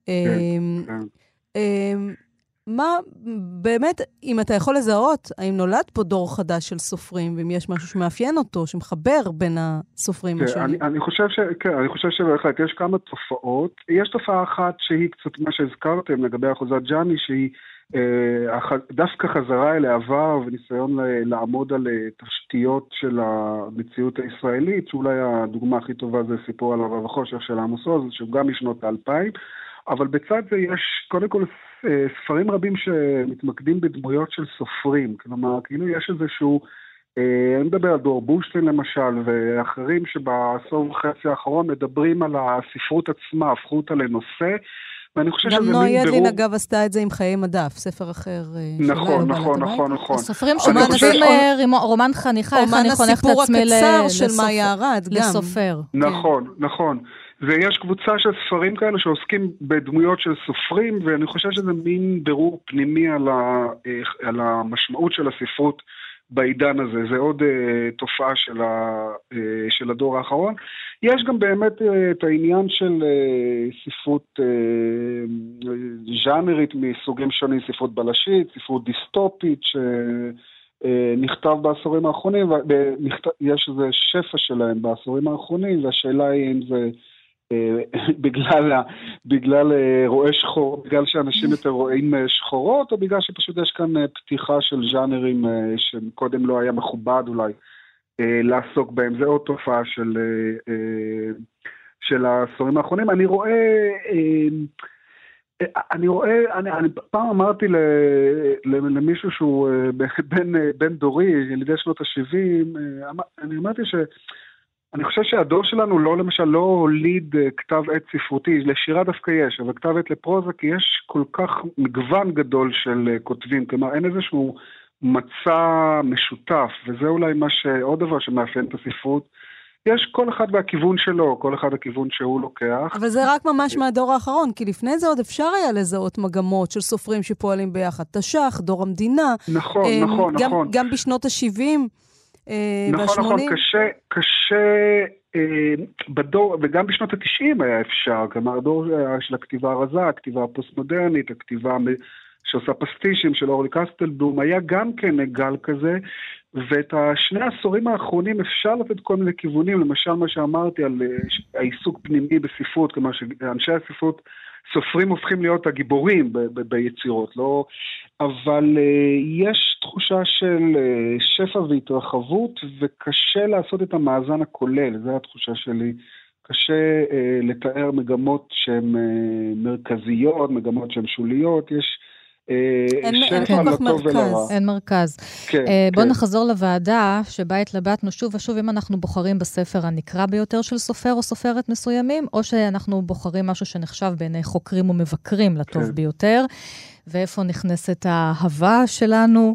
מה באמת, אם אתה יכול לזהות, האם נולד פה דור חדש של סופרים, ואם יש משהו שמאפיין אותו, שמחבר בין הסופרים השונים? אני חושב שבהחלט יש כמה תופעות. יש תופעה אחת שהיא קצת מה שהזכרתם לגבי אחוזת ג'אני, שהיא דווקא חזרה אל העבר וניסיון לעמוד על תשתיות של המציאות הישראלית, שאולי הדוגמה הכי טובה זה סיפור על הרב החושך של עמוס עוז, שהוא גם משנות ה-2000, אבל בצד זה יש קודם כל ספרים רבים שמתמקדים בדמויות של סופרים, כלומר כאילו יש איזשהו, אני מדבר על דור בושטיין למשל ואחרים שבעשור וחצי האחרון מדברים על הספרות עצמה, הפכו אותה לנושא, ואני חושב שזה מין ברור... גם נועה ידלין אגב עשתה את זה עם חיי מדף, ספר אחר. נכון. הסופרים שמנסים רומן חניכה, איך אני חונך את עצמי לסופר. נכון. ויש קבוצה של ספרים כאלה שעוסקים בדמויות של סופרים, ואני חושב שזה מין בירור פנימי על המשמעות של הספרות בעידן הזה. זה עוד תופעה של הדור האחרון. יש גם באמת את העניין של ספרות ז'אנרית מסוגים שונים, ספרות בלשית, ספרות דיסטופית, שנכתב בעשורים האחרונים, יש איזה שפע שלהם בעשורים האחרונים, והשאלה היא אם זה בגלל רואי שחור, בגלל שאנשים יותר רואים שחורות, או בגלל שפשוט יש כאן פתיחה של ז'אנרים שקודם לא היה מכובד אולי לעסוק בהם. זה עוד תופעה של העשורים האחרונים. אני פעם אמרתי למישהו שהוא בן דורי, ילידי שנות ה-70, אני אמרתי אני חושב שהדור שלנו לא הוליד כתב עת ספרותי, לשירה דווקא יש, אבל כתב עת לפרוזה, כי יש כל כך מגוון גדול של כותבים, כלומר אין איזשהו מצע משותף, וזה אולי עוד דבר שמאפיין את הספרות, יש כל אחד והכיוון שלו, כל אחד הכיוון שהוא לוקח. אבל זה רק ממש מהדור האחרון, כי לפני זה עוד אפשר היה לזהות מגמות של סופרים שפועלים ביחד, תש"ח, דור המדינה. נכון. גם בשנות ה-70 נכון, קשה בדור, וגם בשנות ה-90 היה אפשר, כלומר, הדור של הכתיבה הרזה, הכתיבה הפוסט-מודרנית, הכתיבה שעושה פסטישים של אורלי קסטלבלום, היה גם כן גל כזה, ואת השני העשורים האחרונים אפשר לתת כל מיני כיוונים, למשל מה שאמרתי על העיסוק פנימי בספרות, כלומר שאנשי הספרות, סופרים הופכים להיות הגיבורים ביצירות, לא? אבל יש תחושה של שפע והתרחבות, וקשה לעשות את המאזן הכולל, זו התחושה שלי. קשה לתאר מגמות שהן מרכזיות, מגמות שהן שוליות, יש שפע לטוב ולרע. אין מרכז. בואו נחזור לוועדה שבה התלבטנו שוב ושוב אם אנחנו בוחרים בספר הנקרא ביותר של סופר או סופרת מסוימים, או שאנחנו בוחרים משהו שנחשב בעיני חוקרים ומבקרים לטוב ביותר, ואיפה נכנסת האהבה שלנו.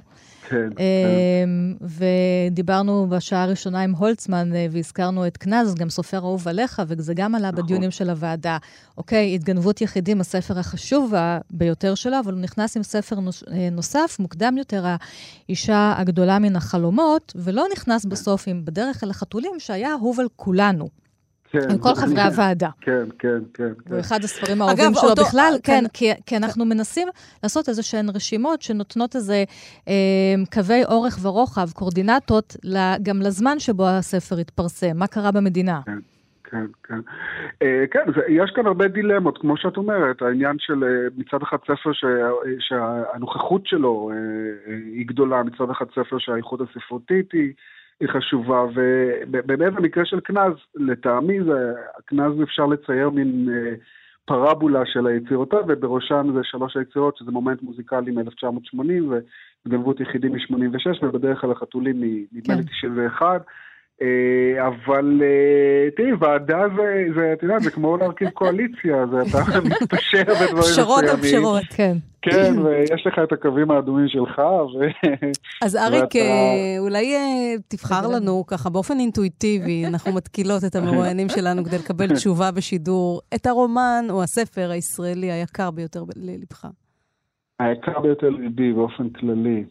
ודיברנו בשעה הראשונה עם הולצמן והזכרנו את כנז, גם סופר אהוב עליך, וזה גם עלה בדיונים של הוועדה. אוקיי, התגנבות יחידים, הספר החשוב ביותר שלה, אבל הוא נכנס עם ספר נוסף, מוקדם יותר, האישה הגדולה מן החלומות, ולא נכנס בסוף עם בדרך אל החתולים, שהיה אהוב על כולנו. עם כל חברי הוועדה. כן. הוא אחד הספרים האהובים שלו בכלל, כן, כי אנחנו מנסים לעשות איזה שהן רשימות שנותנות איזה קווי אורך ורוחב, קורדינטות, גם לזמן שבו הספר התפרסם, מה קרה במדינה. כן. כן, יש כאן הרבה דילמות, כמו שאת אומרת, העניין של מצד אחד ספר שהנוכחות שלו היא גדולה, מצד אחד ספר שהאיכות הספרותית היא חשובה, ובאמת במקרה של כנז, לטעמי, כנז אפשר לצייר מין פרבולה של היצירותיו, ובראשם זה 3 היצירות, שזה מומנט מוזיקלי מ-1980, וגנבות יחידים מ-86, ובדרך כלל החתולים מ-91, אבל תראי, ועדה זה כמו להרכיב קואליציה, אתה מתפשר בדברים מסוימים. פשרות, כן. כן, ויש לך את הקווים האדומים שלך. אז אריק, אולי תבחר לנו ככה באופן אינטואיטיבי, אנחנו מתקילות את המרואיינים שלנו כדי לקבל תשובה בשידור, את הרומן או הספר הישראלי היקר ביותר ללבך. היקר ביותר ללבי באופן כללי.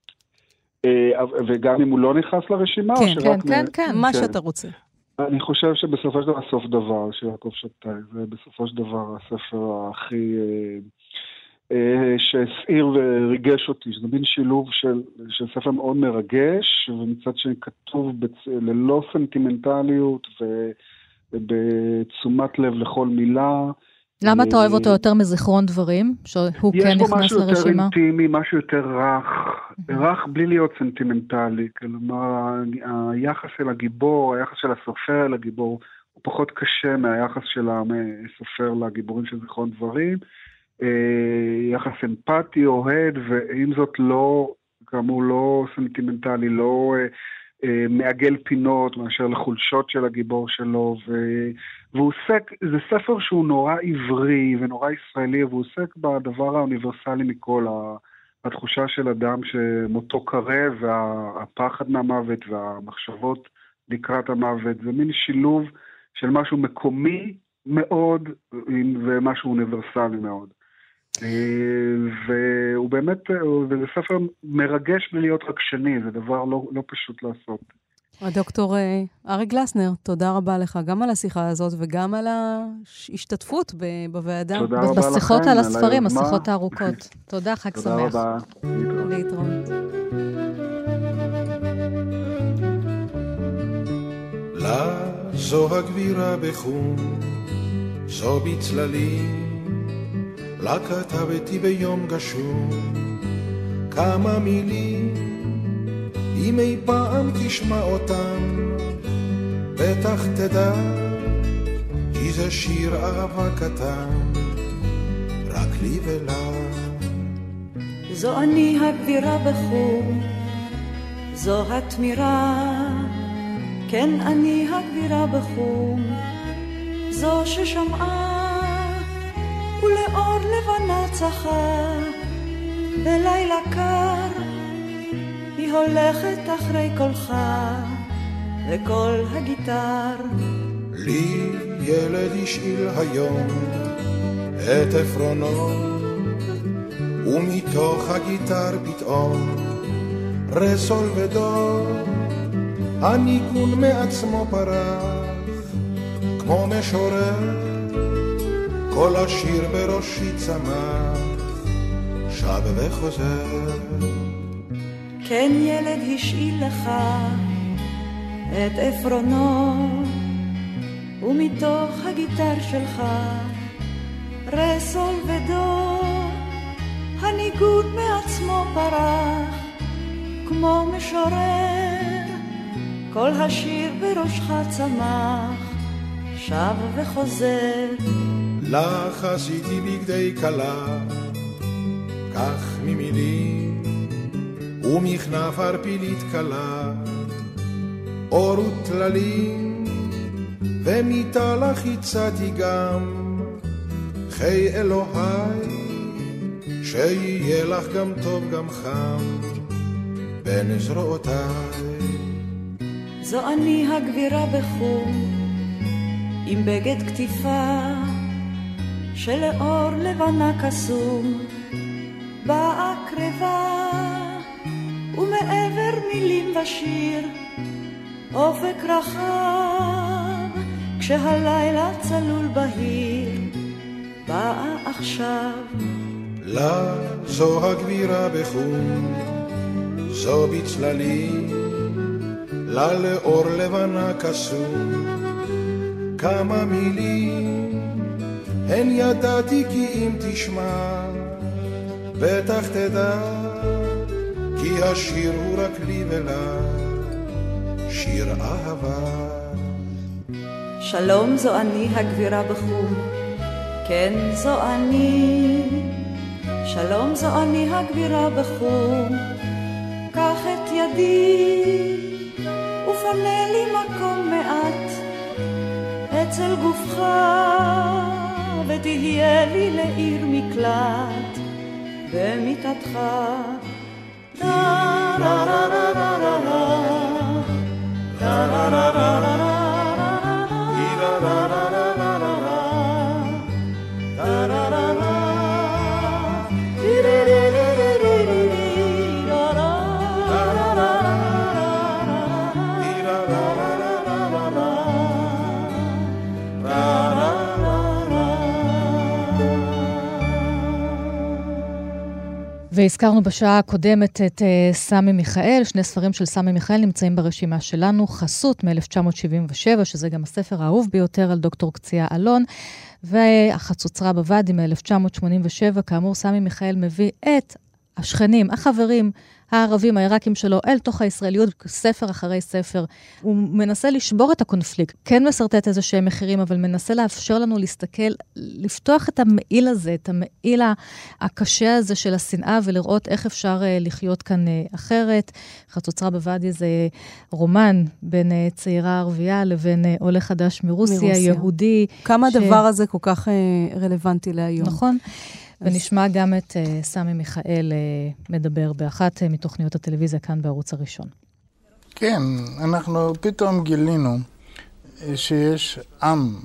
וגם אם הוא לא נכנס לרשימה, כן, מה שאתה רוצה. אני חושב שבסופו של דבר, סוף דבר, שיעקב שבתאי, זה בסופו של דבר הספר הכי שהסעיר וריגש אותי, שזה מין שילוב של ספר מאוד מרגש, ומצד שני כתוב ללא סנטימנטליות ובתשומת לב לכל מילה. למה אתה אוהב אותו יותר מזיכרון דברים, שהוא כן נכנס לרשימה? יש בו משהו יותר אינטימי, משהו יותר רך בלי להיות סנטימנטלי, כלומר, היחס של הגיבור, היחס של הסופר לגיבור, הוא פחות קשה מהיחס של הסופר לגיבורים של זיכרון דברים, יחס אמפתי, אוהד, ועם זאת לא, כאמור, לא סנטימנטלי, לא מעגל פינות, מאשר לחולשות של הגיבור שלו, והוא עוסק, זה ספר שהוא נורא עברי ונורא ישראלי, והוא עוסק בדבר האוניברסלי מכל, התחושה של אדם שמותו קרב, והפחד מהמוות, והמחשבות לקראת המוות, זה מין שילוב של משהו מקומי מאוד, ומשהו אוניברסלי מאוד. והוא באמת, וזה ספר מרגש בלי להיות רגשני, זה דבר לא פשוט לעשות. הדוקטור אריק גלסנר, תודה רבה לך, גם על השיחה הזאת וגם על ההשתתפות בוועדה. תודה רבה לכם. בשיחות על הספרים, השיחות הארוכות. תודה, חג שמח. תודה רבה. להתראות. לה זו הגבירה בחום, זו בצללים, לה כתבתי ביום גשום כמה מילים, אם אי פעם תשמע אותם בטח תדע, כי זה שיר אהבה קטן רק לי ולה. זו אני הגבירה בחום, זו התמירה, כן אני הגבירה בחום, זו ששמעה ולאור לבנה צחה בלילה קר, היא הולכת אחרי קולך וקול הגיטר. לי ילד השאיל היום את עפרונו, ומתוך הגיטר פתאום רסול ודור, הניגון מעצמו פרח כמו משורר, כל השיר בראשי צמח שב וחוזר. כן ילד השאיל לך את עפרונו, ומתוך הגיטר שלך רסול ודור, הניגון מעצמו פרח כמו משורר, כל השיר בראשך צמח שב וחוזר. לך עשיתי בגדי כלה, כך ממילים ומכנף ערפילית קלה, אור וטללים, ומיטה לך הצעתי גם חי אלוהי, שיהיה לך גם טוב גם חם בין זרועותיי. זו אני הגבירה בחום, עם בגד כתיפה שלאור לבנה קסום, באה קרבה ומעבר מילים ושיר אופק רחב, כשהלילה צלול בהיר באה עכשיו. לה זו הגבירה בחום, זו בצללים, לה לאור לבנה קסום כמה מילים, הן ידעתי כי אם תשמע בטח תדע, כי השיר הוא רק לי ולה, שיר אהבה. שלום, זו אני הגבירה בחום, כן זו אני. שלום, זו אני הגבירה בחום, קח את ידי ופנה לי מקום מעט אצל גופך, ותהיה לי לעיר מקלט במיטתך. והזכרנו בשעה הקודמת את סמי מיכאל, שני ספרים של סמי מיכאל נמצאים ברשימה שלנו, חסות מ-1977, שזה גם הספר האהוב ביותר על דוקטור קציעה אלון, והחצוצרה בוואדי מ-1987, כאמור סמי מיכאל מביא את השכנים, החברים, הערבים, העיראקים שלו, אל תוך הישראליות, ספר אחרי ספר. הוא מנסה לשבור את הקונפליקט, כן מסרטט איזה שהם מחירים, אבל מנסה לאפשר לנו להסתכל, לפתוח את המעיל הזה, את המעיל הקשה הזה של השנאה, ולראות איך אפשר לחיות כאן אחרת. חצוצרה בוואדי זה רומן בין צעירה ערבייה לבין עולה חדש מרוסיה, יהודי. כמה הדבר הזה כל כך רלוונטי להיום. נכון. ונשמע גם את סמי מיכאל מדבר באחת מתוכניות הטלוויזיה כאן בערוץ הראשון. כן, אנחנו פתאום גילינו שיש עם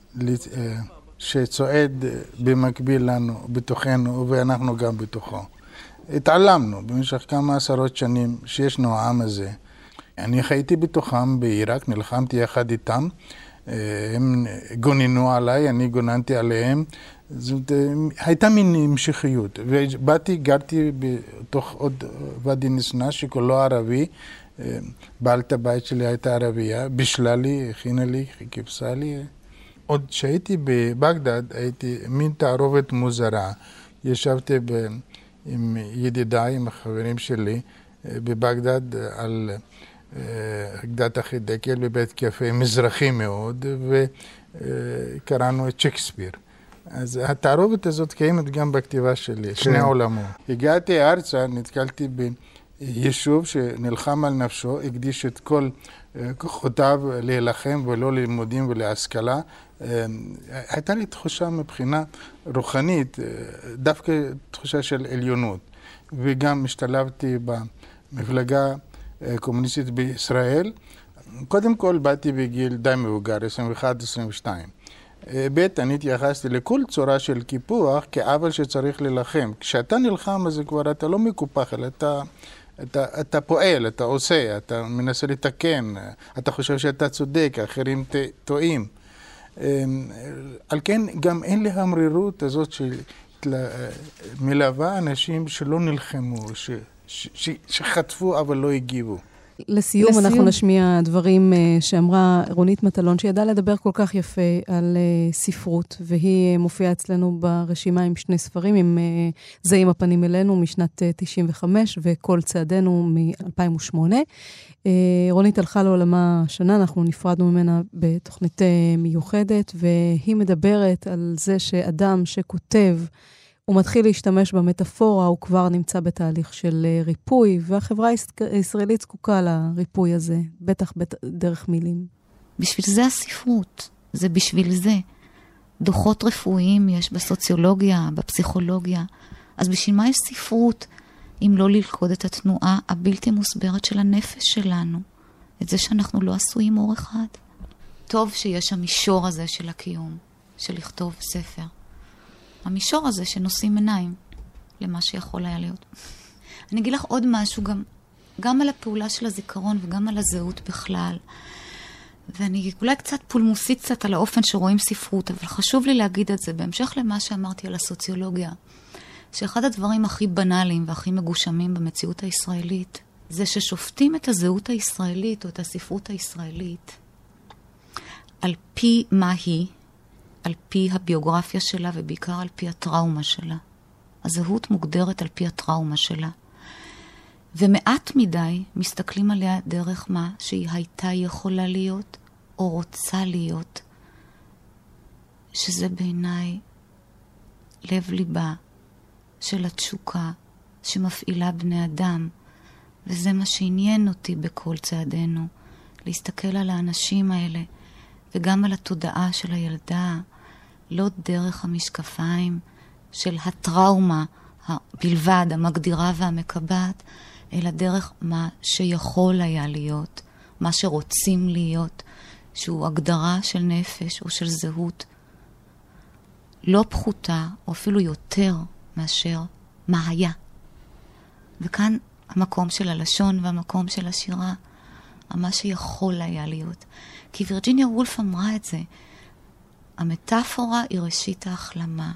שצועד במקביל לנו, בתוכנו, ואנחנו גם בתוכו. התעלמנו במשך כמה עשרות שנים שישנו העם הזה. אני חייתי בתוכם בעיראק, נלחמתי יחד איתם, הם גוננו עליי, אני גוננתי עליהם. זאת הייתה מין המשכיות, ובאתי, גרתי בתוך עוד ואדי נסנה שכולו ערבי, בעלת הבית שלי הייתה ערבייה, בשלה לי, הכינה לי, כיבסה לי, עוד שהייתי בבגדד, הייתי מין תערובת מוזרה. ישבתי עם ידידיי, עם החברים שלי, בבגדד על אגדת החידקל בבית קפה מזרחי מאוד, וקראנו את שייקספיר. אז התערובת הזאת קיימת גם בכתיבה שלי, שני עולמות. הגעתי ארצה, נתקלתי ביישוב שנלחם על נפשו, הקדיש את כל כוחותיו להילחם ולא ללימודים ולהשכלה. הייתה לי תחושה מבחינה רוחנית, דווקא תחושה של עליונות. וגם השתלבתי במפלגה קומוניסטית בישראל. קודם כל באתי בגיל די מבוגר, 21-22. ב' אני התייחסתי לכל צורה של קיפוח כעוול שצריך ללחם. כשאתה נלחם אז כבר אתה לא מקופח, אלא אתה פועל, אתה עושה, אתה מנסה לתקן, אתה חושב שאתה צודק, אחרים טועים. על כן גם אין לי המרירות הזאת שמלווה אנשים שלא נלחמו, שחטפו אבל לא הגיבו. לסיום אנחנו נשמיע דברים שאמרה רונית מטלון, שידעה לדבר כל כך יפה על ספרות, והיא מופיעה אצלנו ברשימה עם שני ספרים, עם זה עם הפנים אלינו משנת 95 וכל צעדינו מ-2008. רונית הלכה לעולמה השנה, אנחנו נפרדנו ממנה בתוכנית מיוחדת, והיא מדברת על זה שאדם שכותב, הוא מתחיל להשתמש במטאפורה, הוא כבר נמצא בתהליך של ריפוי, והחברה הישראלית זקוקה לריפוי הזה, בטח דרך מילים. בשביל זה הספרות, זה בשביל זה. דוחות רפואיים יש בסוציולוגיה, בפסיכולוגיה. אז בשביל מה יש ספרות, אם לא ללכוד את התנועה הבלתי מוסברת של הנפש שלנו? את זה שאנחנו לא עשויים אור אחד. טוב שיש המישור הזה של הקיום, של לכתוב ספר. המישור הזה שנושאים עיניים למה שיכול היה להיות. אני אגיד לך עוד משהו, גם על הפעולה של הזיכרון וגם על הזהות בכלל. ואני אולי קצת פולמוסית קצת על האופן שרואים ספרות, אבל חשוב לי להגיד את זה, בהמשך למה שאמרתי על הסוציולוגיה, שאחד הדברים הכי בנאליים והכי מגושמים במציאות הישראלית, זה ששופטים את הזהות הישראלית או את הספרות הישראלית על פי מה היא, על פי הביוגרפיה שלה ובעיקר על פי הטראומה שלה. הזהות מוגדרת על פי הטראומה שלה. ומעט מדי מסתכלים עליה דרך מה שהיא הייתה יכולה להיות או רוצה להיות, שזה בעיניי לב ליבה של התשוקה שמפעילה בני אדם, וזה מה שעניין אותי בכל צעדינו, להסתכל על האנשים האלה וגם על התודעה של הילדה, לא דרך המשקפיים של הטראומה בלבד, המגדירה והמקבעת, אלא דרך מה שיכול היה להיות, מה שרוצים להיות, שהוא הגדרה של נפש או של זהות, לא פחותה, או אפילו יותר מאשר מה היה. וכאן המקום של הלשון והמקום של השירה, מה שיכול היה להיות. כי וירג'יניה וולף אמרה את זה, המטאפורה היא ראשית ההחלמה.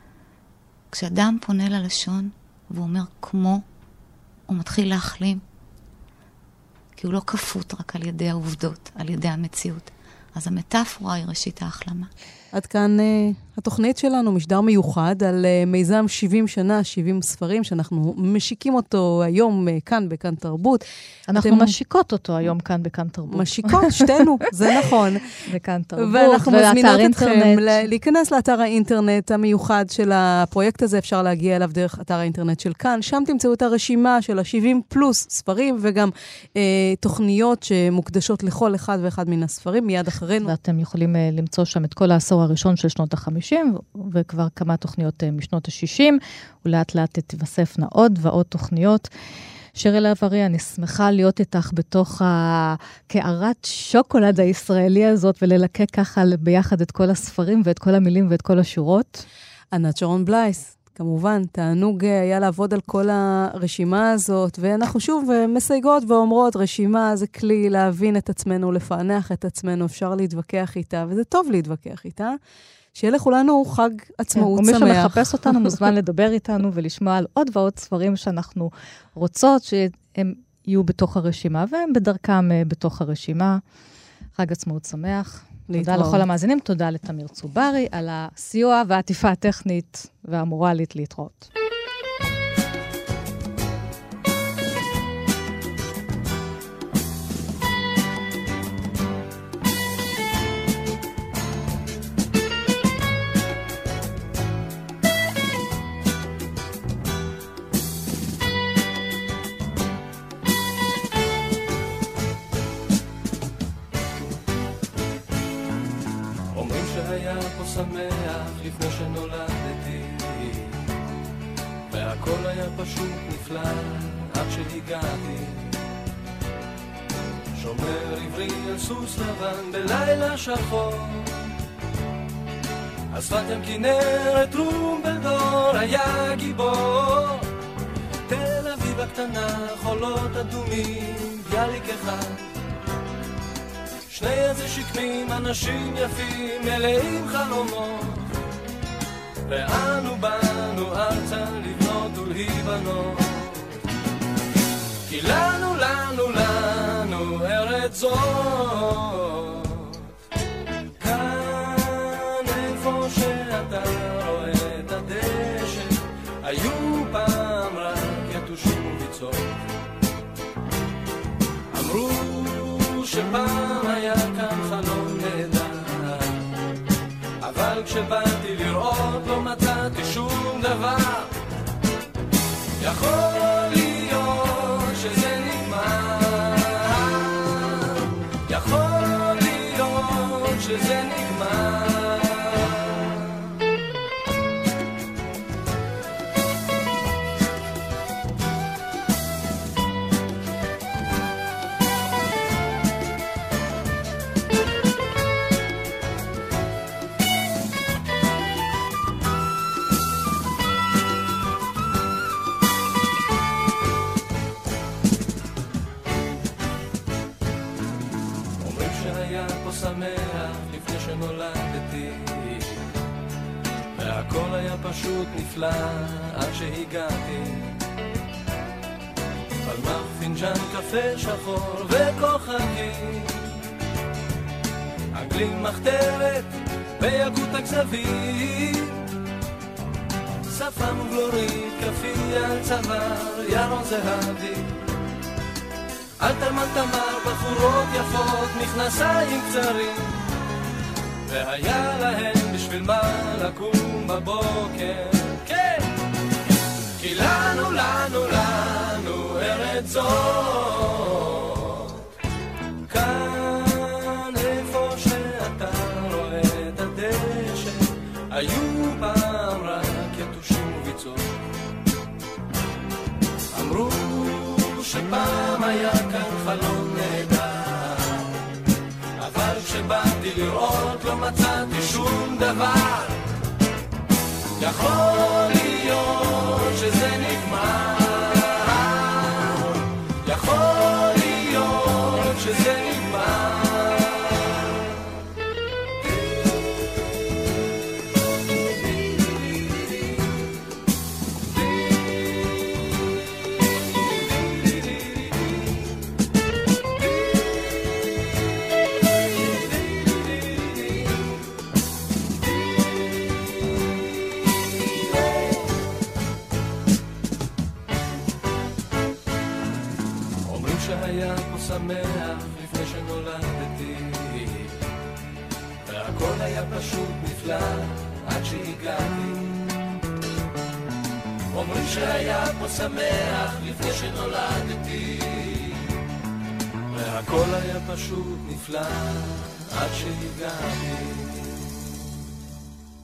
כשאדם פונה ללשון והוא אומר כמו, הוא מתחיל להחלים. כי הוא לא כפות רק על ידי העובדות, על ידי המציאות. אז המטאפורה היא ראשית ההחלמה. עד כאן התוכנית שלנו, משדר מיוחד על מיזם 70 שנה, 70 ספרים, שאנחנו משיקים אותו היום כאן בכאן תרבות. אנחנו משיקות אותו היום כאן בכאן תרבות. משיקות, שתינו, זה נכון. בכאן תרבות, ואנחנו מזמינות אתכם להיכנס לאתר האינטרנט המיוחד של הפרויקט הזה, אפשר להגיע אליו דרך אתר האינטרנט של כאן, שם תמצאו את הרשימה של ה-70 פלוס ספרים, וגם תוכניות שמוקדשות לכל אחד ואחד מן הספרים, מיד אחרינו. ואתם יכולים למצוא שם את כל העשור הראשון של שנות ה-50, וכבר כמה תוכניות משנות ה-60, ולאט לאט תתווספנה עוד ועוד תוכניות. שירי לב-ארי, אני שמחה להיות איתך בתוך הקערת שוקולד הישראלי הזאת, וללקק ככה ביחד את כל הספרים ואת כל המילים ואת כל השורות. ענת שרון בלייס, כמובן, תענוג היה לעבוד על כל הרשימה הזאת, ואנחנו שוב מסייגות ואומרות, רשימה זה כלי להבין את עצמנו, לפענח את עצמנו, אפשר להתווכח איתה, וזה טוב להתווכח איתה. שיהיה לכולנו חג עצמאות שמח. ומי שמחפש אותנו מוזמן לדבר איתנו ולשמוע על עוד ועוד ספרים שאנחנו רוצות שהם יהיו בתוך הרשימה, והם בדרכם בתוך הרשימה. חג עצמאות שמח. תודה לכל המאזינים, תודה לתמיר צוברי על הסיוע והעטיפה הטכנית והמורלית להתראות. שמח לפני שנולדתי, והכל היה פשוט נפלא עד שהגעתי. שומר עברי על סוס לבן בלילה שחור, על שפת ים כנרת טרומפלדור היה גיבור. תל אביב הקטנה, חולות אדומים, ביאליק אחד, שני איזה שקמים, אנשים יפים, מלאים חלומות, ואנו באנו ארצה לבנות ולהיבנות. כי לנו, לנו, לנו ארץ זאת, כאן איפה שאתה רואה את הדשא, היו פעם רק יתושים וביצות. אמרו שפעם היה כאן חלום נהדר, אבל כשבאתי לראות לא מצאתי שום דבר. יכול להיות שזה נגמר, יכול להיות שזה נגמר. שמח לפני שנולדתי, והכל היה פשוט נפלא עד שהגעתי. פלמח, פינג'אן, קפה שחור וכוכבים, אנגלים, מחתרת ויקות הכזבים, שפם ובלורית, כפי על צוואר, ירון זהבי, אלתרמן תמר, בחורות יפות, מכנסיים קצרים, והיה להם בשביל מה לקום בבוקר. כן! כי לנו, לנו, לנו ארץ זאת, כאן איפה שאתה רואה את הדשא, היו פעם רק יתושים וביצות. אמרו שפעם היה כאן חלום נהדר, אבל כשבאתי לראות לא מצאתי שום דבר. יכול להיות שזה נגמר, יכול להיות שזה נגמר. שהיה פה שמח לפני שנולדתי, והכל היה פשוט נפלא עד שהגעתי. אומרים שהיה פה שמח לפני שנולדתי, והכל היה פשוט נפלא עד שהגעתי.